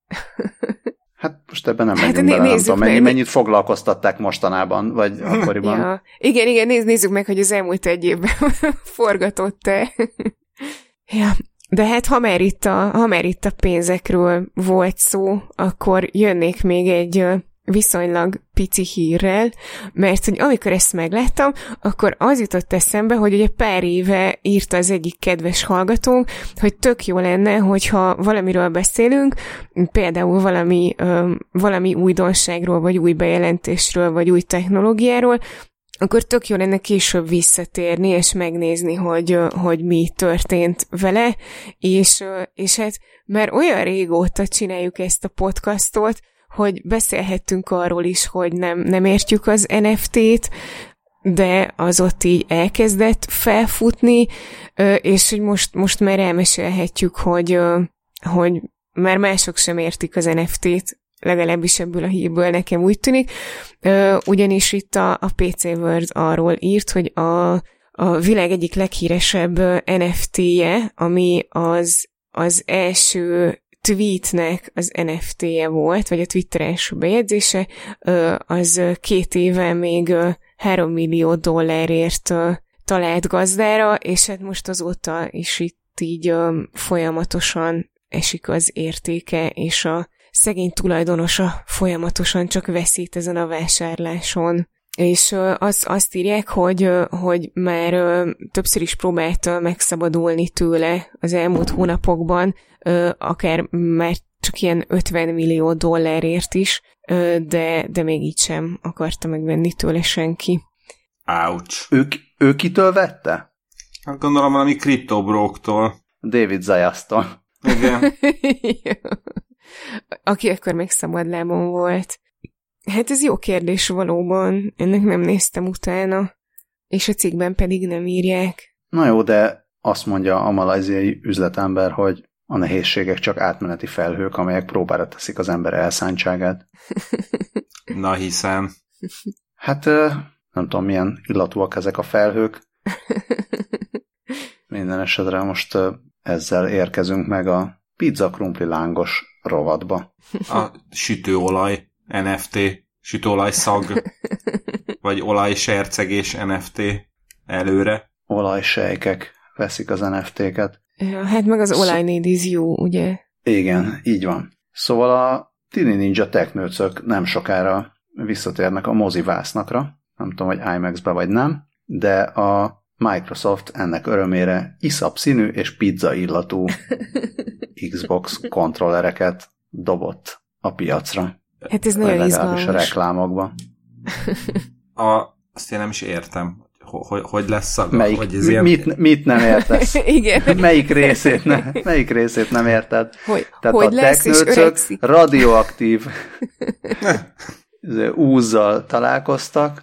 Hát most ebben nem megyünk hát, bele, nem tudom, mennyi, mennyit foglalkoztatták mostanában, vagy akkoriban. Ja. Igen, igen, nézz, nézzük meg, hogy az elmúlt egy évben forgatott-e. Ja, de hát ha már, itt a, ha már itt a pénzekről volt szó, akkor jönnék még egy viszonylag pici hírrel, mert hogy amikor ezt megláttam, akkor az jutott eszembe, hogy ugye pár éve írta az egyik kedves hallgatónk, hogy tök jó lenne, hogyha valamiről beszélünk, például valami, ö, valami újdonságról, vagy új bejelentésről, vagy új technológiáról, akkor tök jó lenne később visszatérni, és megnézni, hogy, hogy mi történt vele, és, és hát már olyan régóta csináljuk ezt a podcastot, hogy beszélhettünk arról is, hogy nem, nem értjük az en ef té-t, de az ott így elkezdett felfutni, és hogy most, most már elmesélhetjük, hogy, hogy már mások sem értik az en ef té-t, legalábbis ebből a hírből nekem úgy tűnik, ugyanis itt a, a pé cé World arról írt, hogy a, a világ egyik leghíresebb en ef té-je, ami az, az első tweetnek az en ef té-je volt, vagy a Twitter első bejegyzése, az két éve még három millió dollárért talált gazdára, és hát most azóta is itt így folyamatosan esik az értéke, és a szegény tulajdonosa folyamatosan csak veszít ezen a vásárláson. És azt, azt írják, hogy, hogy már többször is próbált megszabadulni tőle az elmúlt hónapokban, akár már csak ilyen ötven millió dollárért is, de, de még így sem akarta megvenni tőle senki. Ouch. Ő, ő kitől vette? Hát gondolom valami kriptobróktól. David Zayas-tól. Igen. Aki akkor még szabadlábon volt. Hát ez jó kérdés valóban. Ennek nem néztem utána. És a cikkben pedig nem írják. Na jó, de azt mondja a malajziai üzletember, hogy a nehézségek csak átmeneti felhők, amelyek próbára teszik az ember elszántságát. Na hiszen. Hát nem tudom, milyen illatúak ezek a felhők. Minden esetre most ezzel érkezünk meg a pizza krumpli lángos rovatba. A sütőolaj en ef té, sütőolaj szag, vagy olajsercegés en ef té előre. Olajsejkek veszik az en ef té-ket. Ja, hát meg az olaj need is you, ugye? Igen, így van. Szóval a Tini Ninja Technőcök nem sokára visszatérnek a mozivásznakra, nem tudom, hogy IMAX-be vagy nem, de a Microsoft ennek örömére iszap színű és pizza illatú Xbox kontrollereket dobott a piacra. Hát ez nagyon izgalmas. A reklámokban. A, azt én nem is értem, hogy, hogy lesz szaga. Melyik, hogy ez ilyen... mit, mit nem értesz? Igen. Melyik részét, ne, melyik részét nem érted? Hogy, Tehát hogy a technőcök radioaktív úzzal találkoztak,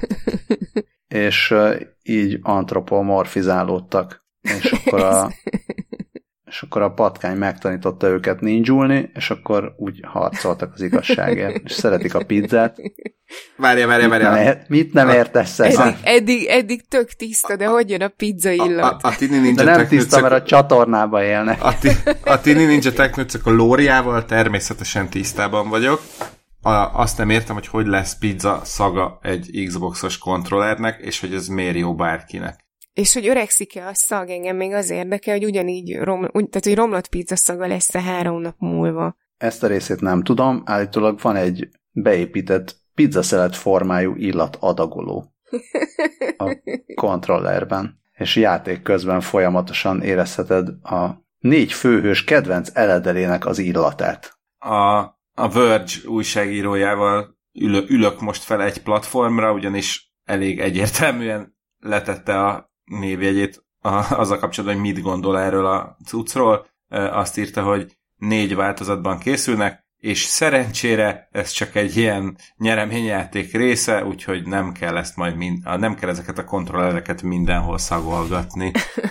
és így antropomorfizálódtak. És akkor a, és akkor a patkány megtanította őket ninjulni, és akkor úgy harcoltak az igazságért. És szeretik a pizzát. Várja, várja, várja. Mit nem, ér, mit nem értesz ezzel? Eddig, eddig, eddig tök tiszta, de hogy jön a pizza illat? A, a, a Tini Ninja de nem Technőcök... tiszta, mert a csatornában élnek. A, ti, a Tini Ninja Technőcök a lóriával természetesen tisztában vagyok. A, azt nem értem, hogy hogy lesz pizza szaga egy Xboxos kontrollernek, és hogy ez miért jó bárkinek. És hogy öregszik-e a szag, engem még az érdekel, hogy ugyanígy rom, úgy, tehát, hogy romlott pizza szaga lesz-e három nap múlva. Ezt a részét nem tudom, állítólag van egy beépített pizzaszelet formájú illat adagoló a kontrollerben, és játék közben folyamatosan érezheted a négy főhős kedvenc eledelének az illatát. A, a Verge újságírójával ülök, ülök most fel egy platformra, ugyanis elég egyértelműen letette a névjegyét azzal kapcsolatban, hogy mit gondol erről a cuccról. Azt írta, hogy négy változatban készülnek, és szerencsére ez csak egy ilyen nyereményjáték része, úgyhogy nem kell ezt majd mind, nem kell ezeket a kontrollereket mindenhol szagolgatni.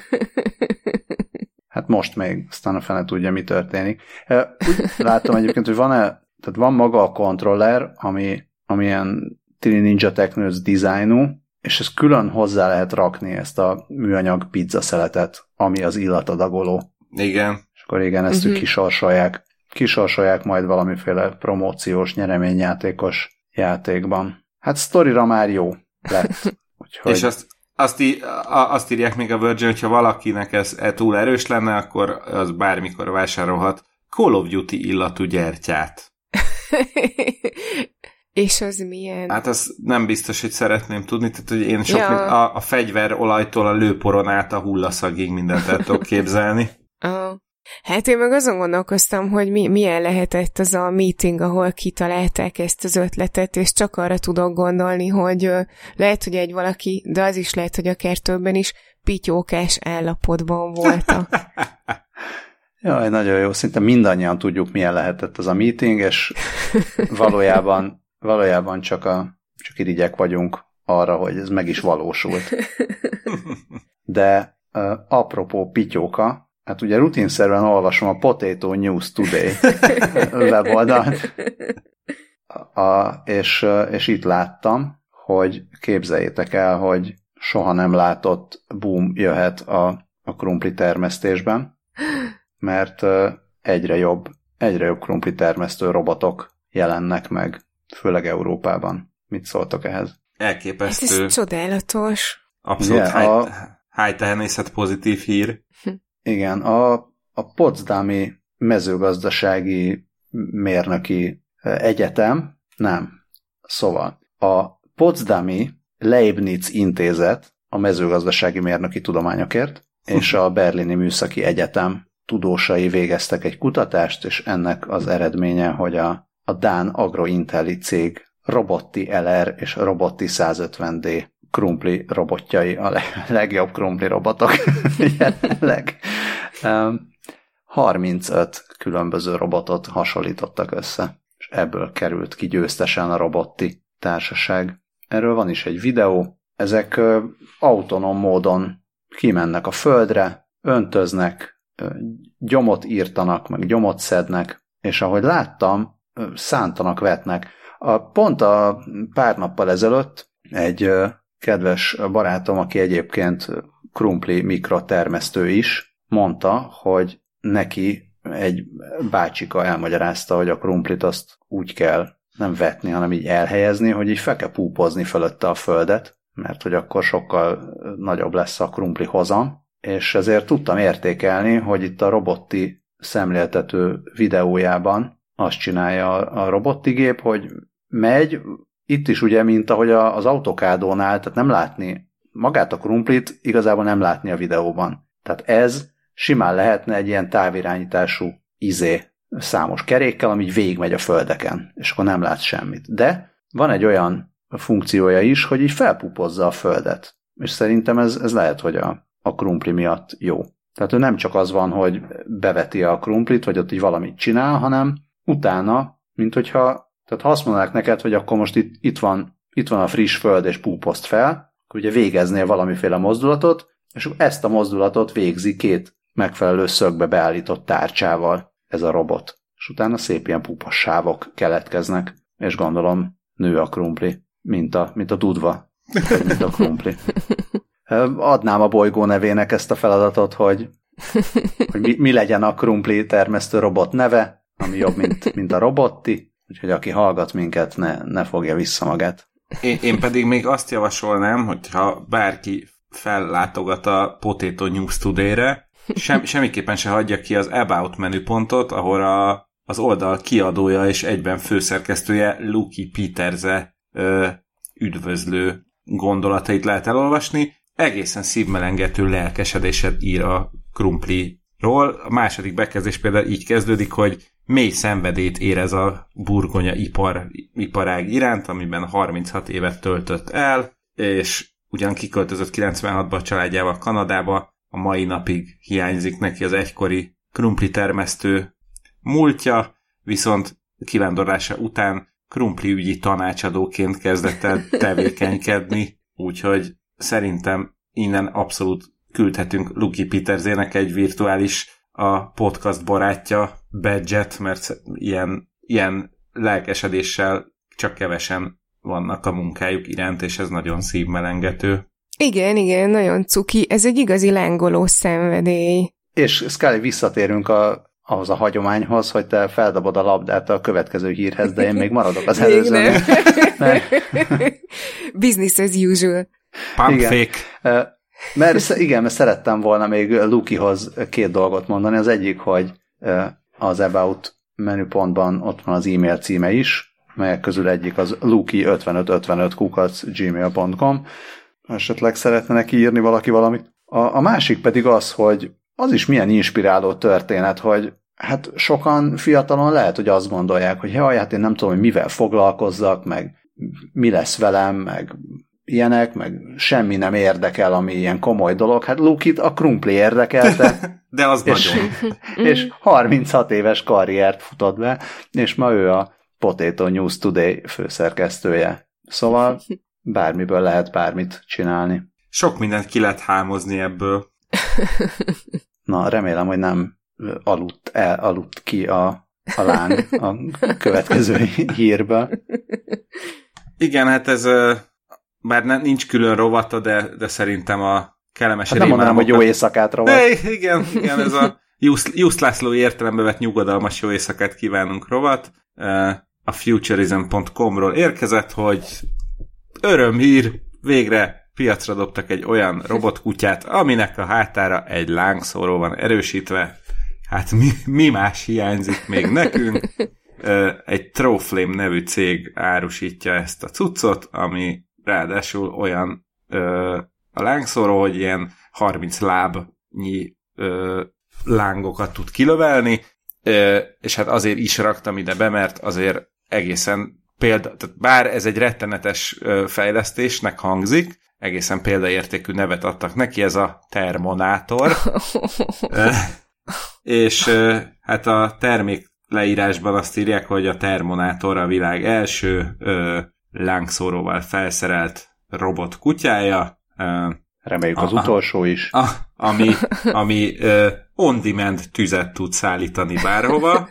Hát most még, aztán a fene tudja, mi történik. Úgy látom egyébként, hogy van-e, tehát van maga a kontroller, ami, ami ilyen Tini Ninja Technőc dizájnú, és ezt külön hozzá lehet rakni, ezt a műanyag pizza szeletet, ami az illatadagoló. Igen. És akkor igen, ezt uh-huh. ők kisorsolják. kisorsolják majd valamiféle promóciós, nyereményjátékos játékban. Hát sztorira már jó lett. Úgyhogy... És azt, azt, í, azt írják még a Virgin, hogyha valakinek ez túl erős lenne, akkor az bármikor vásárolhat Call of Duty illatú gyertyát. És az milyen? Hát az nem biztos, hogy szeretném tudni, tehát hogy én sok ja. mind, a, a fegyverolajtól a lőporon át a hullaszagig mindent el tudok képzelni. Oh. Hát én meg azon gondolkoztam, hogy mi, milyen lehetett az a meeting, ahol kitalálták ezt az ötletet, és csak arra tudok gondolni, hogy ö, lehet, hogy egy valaki, de az is lehet, hogy akár többen is pityókás állapotban voltak. Jaj, nagyon jó. Szinte mindannyian tudjuk, milyen lehetett az a meeting, és valójában, valójában csak, a, csak irigyek vagyunk arra, hogy ez meg is valósult. De uh, apropó pityóka, hát ugye rutinszerűen olvasom a Potato News Today weboldalt, a, és, és itt láttam, hogy képzeljétek el, hogy soha nem látott boom jöhet a, a krumpli termesztésben, mert egyre jobb, egyre jobb krumpli termesztő robotok jelennek meg, főleg Európában. Mit szóltok ehhez? Elképesztő. Ez csodálatos. Abszolút yeah, high, a... high tehenészet pozitív hír. Igen, a, a Potsdami mezőgazdasági mérnöki egyetem, nem, szóval a Potsdami Leibniz intézet a mezőgazdasági mérnöki tudományokért, és a Berlini Műszaki Egyetem tudósai végeztek egy kutatást, és ennek az eredménye, hogy a, a dán agrointelli cég Robotti el er és Robotti száz ötven dé krumpli robotjai a legjobb krumpli robotok jelenleg. harmincöt különböző robotot hasonlítottak össze, és ebből került ki győztesen a Robotti társaság. Erről van is egy videó. Ezek autonóm módon kimennek a földre, öntöznek, gyomot írtanak, meg gyomot szednek, és ahogy láttam, szántanak, vetnek. A, pont a pár nappal ezelőtt egy kedves barátom, aki egyébként krumpli mikrotermesztő is, mondta, hogy neki egy bácsika elmagyarázta, hogy a krumplit azt úgy kell nem vetni, hanem így elhelyezni, hogy így fel kell púpozni fölötte a földet, mert hogy akkor sokkal nagyobb lesz a krumpli hozam, és ezért tudtam értékelni, hogy itt a Robotti szemléltető videójában azt csinálja a Robotti gép, hogy megy, itt is ugye, mint ahogy az autokádónál, tehát nem látni magát a krumplit, igazából nem látni a videóban. Tehát ez simán lehetne egy ilyen távirányítású izé számos kerékkel, ami végigmegy a földeken, és akkor nem látsz semmit. De van egy olyan funkciója is, hogy így felpupozza a földet. És szerintem ez, ez lehet, hogy a, a krumpli miatt jó. Tehát ő nem csak az van, hogy beveti a krumplit, vagy ott így valamit csinál, hanem utána, mint hogyha, tehát ha azt mondanák neked, hogy akkor most itt, itt, van, itt van a friss föld, és púposzt fel, akkor ugye végeznél valamiféle mozdulatot, és ezt a mozdulatot végzi két megfelelő szögbe beállított tárcsával ez a robot. És utána szép ilyen púpos sávok keletkeznek, és gondolom nő a krumpli, mint a, mint a dudva, mint a krumpli. Adnám a bolygó nevének ezt a feladatot, hogy, hogy mi, mi legyen a krumpli termesztő robot neve, ami jobb, mint, mint a Robotti, úgyhogy aki hallgat minket, ne, ne fogja vissza magát. Én, én pedig még azt javasolnám, hogyha bárki fellátogat a Potato News Today-re, sem, semmiképpen se hagyja ki az About menüpontot, ahol a, az oldal kiadója és egyben főszerkesztője Luki Peterse ö, üdvözlő gondolatait lehet elolvasni. Egészen szívmelengető lelkesedéset ír a krumpliról. A második bekezdés például így kezdődik, hogy mély szenvedélyt érez a burgonya ipar, iparág iránt, amiben harminchat évet töltött el, és ugyan kiköltözött kilencvenhatban a családjával Kanadába, a mai napig hiányzik neki az egykori krumpli termesztő múltja, viszont kivándorlása után krumpli ügyi tanácsadóként kezdett el tevékenykedni, úgyhogy szerintem innen abszolút küldhetünk Luki Petersének egy virtuális a podcast barátja badge-et, mert ilyen, ilyen lelkesedéssel csak kevesen vannak a munkájuk iránt, és ez nagyon szívmelengető. Igen, igen, nagyon cuki. Ez egy igazi lángoló szenvedély. És Scully, visszatérünk a, ahhoz a hagyományhoz, hogy te feldobod a labdát a következő hírhez, de én még maradok az előzőnél. Mert... Business as usual. Pump fake. Mert igen, mert szerettem volna még Lukihoz két dolgot mondani. Az egyik, hogy az About menüpontban ott van az e-mail címe is, melyek közül egyik az luki ötvenöt ötvenöt kukac gmail pont com. Esetleg szeretne neki írni valaki valamit. A, a másik pedig az, hogy az is milyen inspiráló történet, hogy hát sokan fiatalon lehet, hogy azt gondolják, hogy jaj, hát én nem tudom, hogy mivel foglalkozzak, meg mi lesz velem, meg ilyenek, meg semmi nem érdekel, ami ilyen komoly dolog. Hát Lukit a krumpli érdekelte. De az és, nagyon. És harminchat éves karriert futott be, és ma ő a Potato News Today főszerkesztője. Szóval bármiből lehet bármit csinálni. Sok mindent ki lehet hámozni ebből. Na, remélem, hogy nem aludt, el, aludt ki a, a láng a következő hírből. Igen, hát ez bár ne, nincs külön rovata, de, de szerintem a kellemes hát nem mondanám, hogy jó éjszakát rovat. De igen, igen, ez a Jusz László értelembe vett nyugodalmas jó éjszakát kívánunk rovat. A futurism pont com-ról érkezett, hogy örömhír, végre piacra dobtak egy olyan robotkutyát, aminek a hátára egy lángszóró van erősítve. Hát mi, mi más hiányzik még nekünk? Egy Troflame nevű cég árusítja ezt a cuccot, ami ráadásul olyan a lángszóró, hogy ilyen harminc lábnyi lángokat tud kilövelni, és hát azért is raktam ide be, mert azért egészen példa, tehát bár ez egy rettenetes fejlesztésnek hangzik, egészen példaértékű nevet adtak neki, ez a Termonátor. És hát a termék leírásban azt írják, hogy a Termonátor a világ első lángszóróval felszerelt robot kutyája. Reméljük az a, utolsó is. A, ami ami on-demand tüzet tud szállítani bárhova,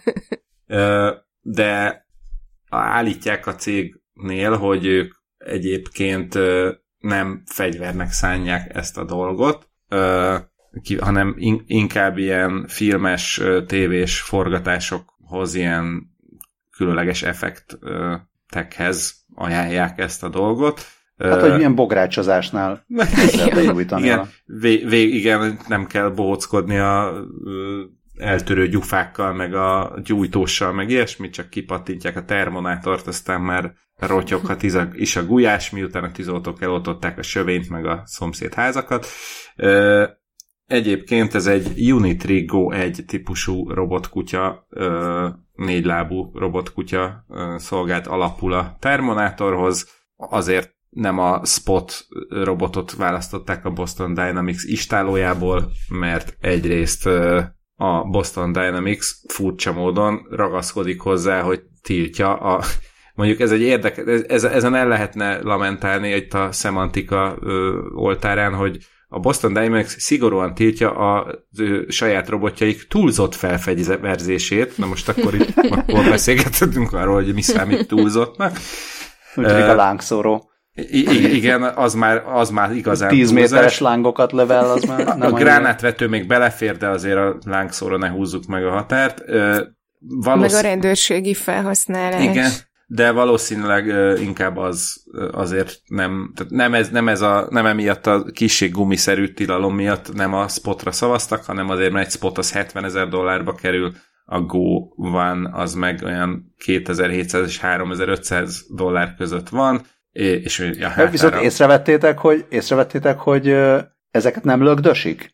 de állítják a cégnél, hogy ők egyébként nem fegyvernek szánják ezt a dolgot, hanem inkább ilyen filmes, tévés forgatásokhoz, ilyen különleges effektekhez ajánlják ezt a dolgot. Hát, hogy milyen bográcsozásnál bejújtani. Igen, vé, vé, igen, nem kell bohóckodni a eltörő gyufákkal, meg a gyújtóssal, meg ilyesmi, csak kipattintják a termonátort, aztán már rotyoghat is a gulyás, miután a tűzoltók eloltották a sövényt, meg a szomszéd házakat. Egyébként ez egy Unitree Go egy típusú robotkutya, négylábú robotkutya szolgált alapul a termonátorhoz, azért nem a Spot robotot választották a Boston Dynamics istálójából, mert egyrészt a Boston Dynamics furcsa módon ragaszkodik hozzá, hogy tiltja a... Mondjuk ez egy érdekes, ez, ezen el lehetne lamentálni itt a szemantika ö, oltárán, hogy a Boston Dynamics szigorúan tiltja a ő saját robotjaik túlzott felfegyverzését. Na most akkor itt akkor beszélgethetünk arról, hogy mi számít túlzottnak. Úgy uh, a lángszóró. I- igen, az már, az már igazán tíz méteres lángokat lövel, az már nem. A gránátvető még belefér, de azért a lángszóró ne húzzuk meg a határt. Uh, valósz... Meg a rendőrségi felhasználás. Igen, de valószínűleg uh, inkább az uh, azért nem, tehát nem, ez, nem, ez a, nem emiatt a kisség gumiszerű tilalom miatt nem a Spotra szavaztak, hanem azért, mert egy Spot az hetvenezer dollárba kerül, a Go One az meg olyan kétezer-hétszáz és háromezer-ötszáz dollár között van, és a hátára... Viszont észrevettétek, hogy, észrevettétek, hogy uh, ezeket nem lögdösik?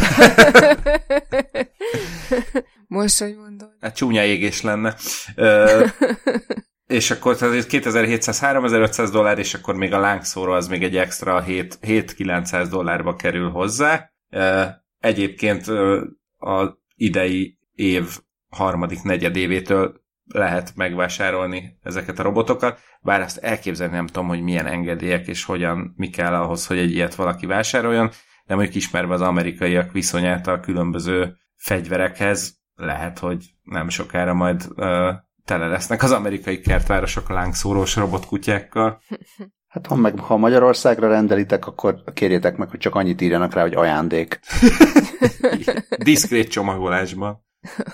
Most, hogy mondod. Hát csúnya égés lenne. Uh, és akkor tehát kétezer-hétszáz-háromezer-ötszáz dollár, és akkor még a lángszóró az még egy extra hét-kilencszáz dollárba kerül hozzá. Uh, egyébként uh, a idei év harmadik negyedévétől lehet megvásárolni ezeket a robotokat, bár azt elképzelni nem tudom, hogy milyen engedélyek és hogyan, mi kell ahhoz, hogy egy ilyet valaki vásároljon, de mondjuk ismerve az amerikaiak viszonyát a különböző fegyverekhez, lehet, hogy nem sokára majd uh, tele lesznek az amerikai kertvárosok lángszórós robotkutyákkal. Hát ha, meg, ha Magyarországra rendelitek, akkor kérjétek meg, hogy csak annyit írjanak rá, hogy ajándék. Diszkrét csomagolásban.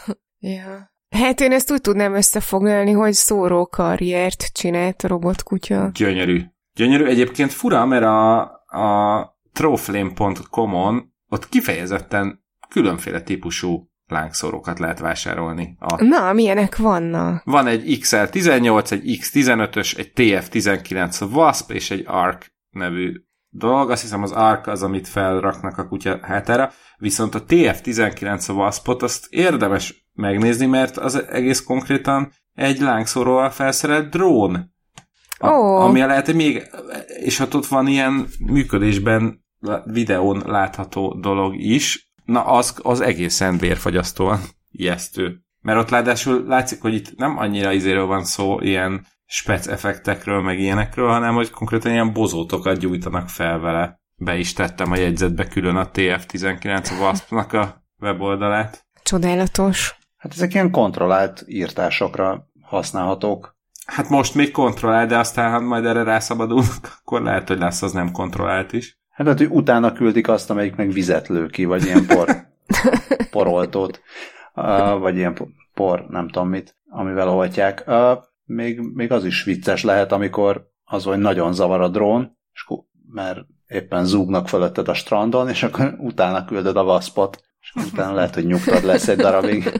Ja. Hát én ezt úgy tudnám összefoglalni, hogy szóró karriert csinált a robotkutya. Gyönyörű. Gyönyörű. Egyébként fura, mert a, a throwflame pont com-on ott kifejezetten különféle típusú lángszórókat lehet vásárolni. A... Na, milyenek vannak? Van egy iksz el tizennyolc, egy iksz tizenötös, egy té ef tizenkilenc Wasp és egy Arc nevű dolog. Azt hiszem az Arc az, amit felraknak a kutya hátára. Viszont a té ef tizenkilenc Waspot azt érdemes megnézni, mert az egész konkrétan egy lángszóróval felszerelt drón. A, oh. Ami lehet, hogy még, és hát ott van ilyen működésben videón látható dolog is, na az, az egészen vérfagyasztóan ijesztő. Mert ott ráadásul látszik, hogy itt nem annyira izéről van szó, ilyen spec effektekről, meg ilyenekről, hanem hogy konkrétan ilyen bozótokat gyújtanak fel vele. Be is tettem a jegyzetbe külön a té ef tizenkilenc Waspnak a weboldalát. Csodálatos. Hát ezek ilyen kontrollált írtásokra használhatók. Hát most még kontrollált, de aztán, ha majd erre rászabadulnak, akkor lehet, hogy lesz az nem kontrollált is. Hát, hát hogy utána küldik azt, amelyik meg vizet lő ki, vagy ilyen por, poroltót, uh, vagy ilyen por, nem tudom mit, amivel oltják. Uh, még, még az is vicces lehet, amikor az, hogy nagyon zavar a drón, és, mert éppen zúgnak fölötted a strandon, és akkor utána küldöd a Waspot, és utána lehet, hogy nyugtad lesz egy darabig.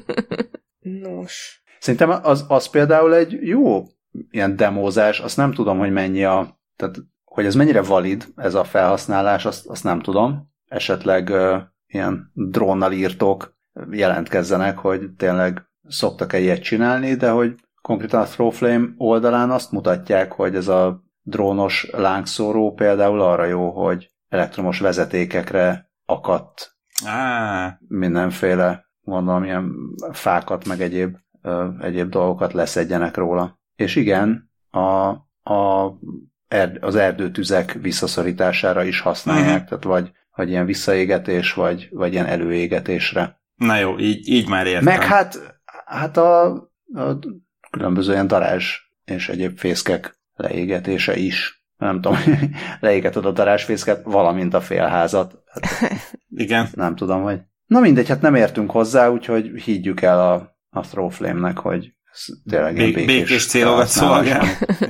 Nos. Szerintem az, az például egy jó ilyen demózás, azt nem tudom, hogy mennyi a, tehát hogy ez mennyire valid, ez a felhasználás, azt, azt nem tudom. Esetleg uh, ilyen drónnal írtók jelentkezzenek, hogy tényleg szoktak-e ilyet csinálni, de hogy konkrétan a Throwflame oldalán azt mutatják, hogy ez a drónos lángszóró például arra jó, hogy elektromos vezetékekre akadt ah. mindenféle, gondolom, ilyen fákat, meg egyéb, uh, egyéb dolgokat leszedjenek róla. És igen, a, a, az erdőtüzek visszaszorítására is használják, uh-huh. tehát vagy, vagy ilyen visszaégetés, vagy, vagy ilyen előégetésre. Na jó, így, így már értem. Meg hát, hát a, a különböző ilyen darázs és egyéb fészkek leégetése is. Nem tudom, leégeted a darázsfészket, valamint a félházat. Hát, igen. Nem tudom, hogy... Na mindegy, hát nem értünk hozzá, úgyhogy higgyük el a, a Throwflame-nek, hogy ez tényleg Bé- békés, békés célokat szolgál.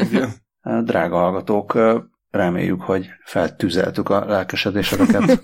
Drága hallgatók, reméljük, hogy feltüzeltük a lelkesedéseteket,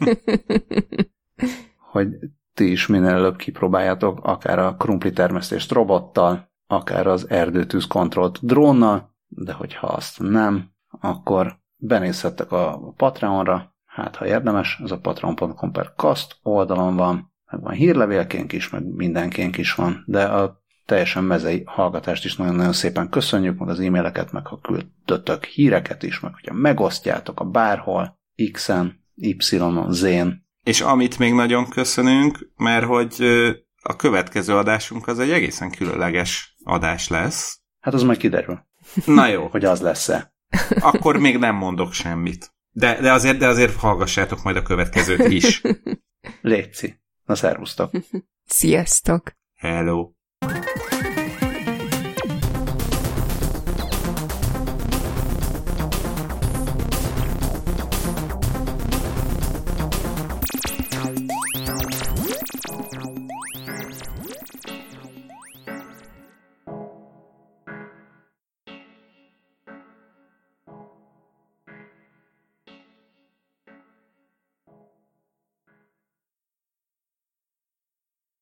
hogy ti is minél előbb kipróbáljátok, akár a krumpli termesztést robottal, akár az erdőtűz kontrollt drónnal, de hogyha azt nem, akkor benézhettek a Patreonra, hát ha érdemes, ez a patreon pont com per cast oldalon van, meg van hírlevélkénk is, meg mindenkénk is van, de a teljesen mezei hallgatást is nagyon-nagyon szépen köszönjük, meg az e-maileket, meg ha küldtöttök híreket is, meg hogyha megosztjátok a bárhol, X-en, Y-on, Z-n. És amit még nagyon köszönünk, mert hogy a következő adásunk az egy egészen különleges adás lesz. Hát az majd kiderül. Na jó. Hogy az lesz-e. Akkor még nem mondok semmit. De, de, azért, de azért hallgassátok majd a következőt is. Léci. Na szervusztok. Sziasztok. Hello.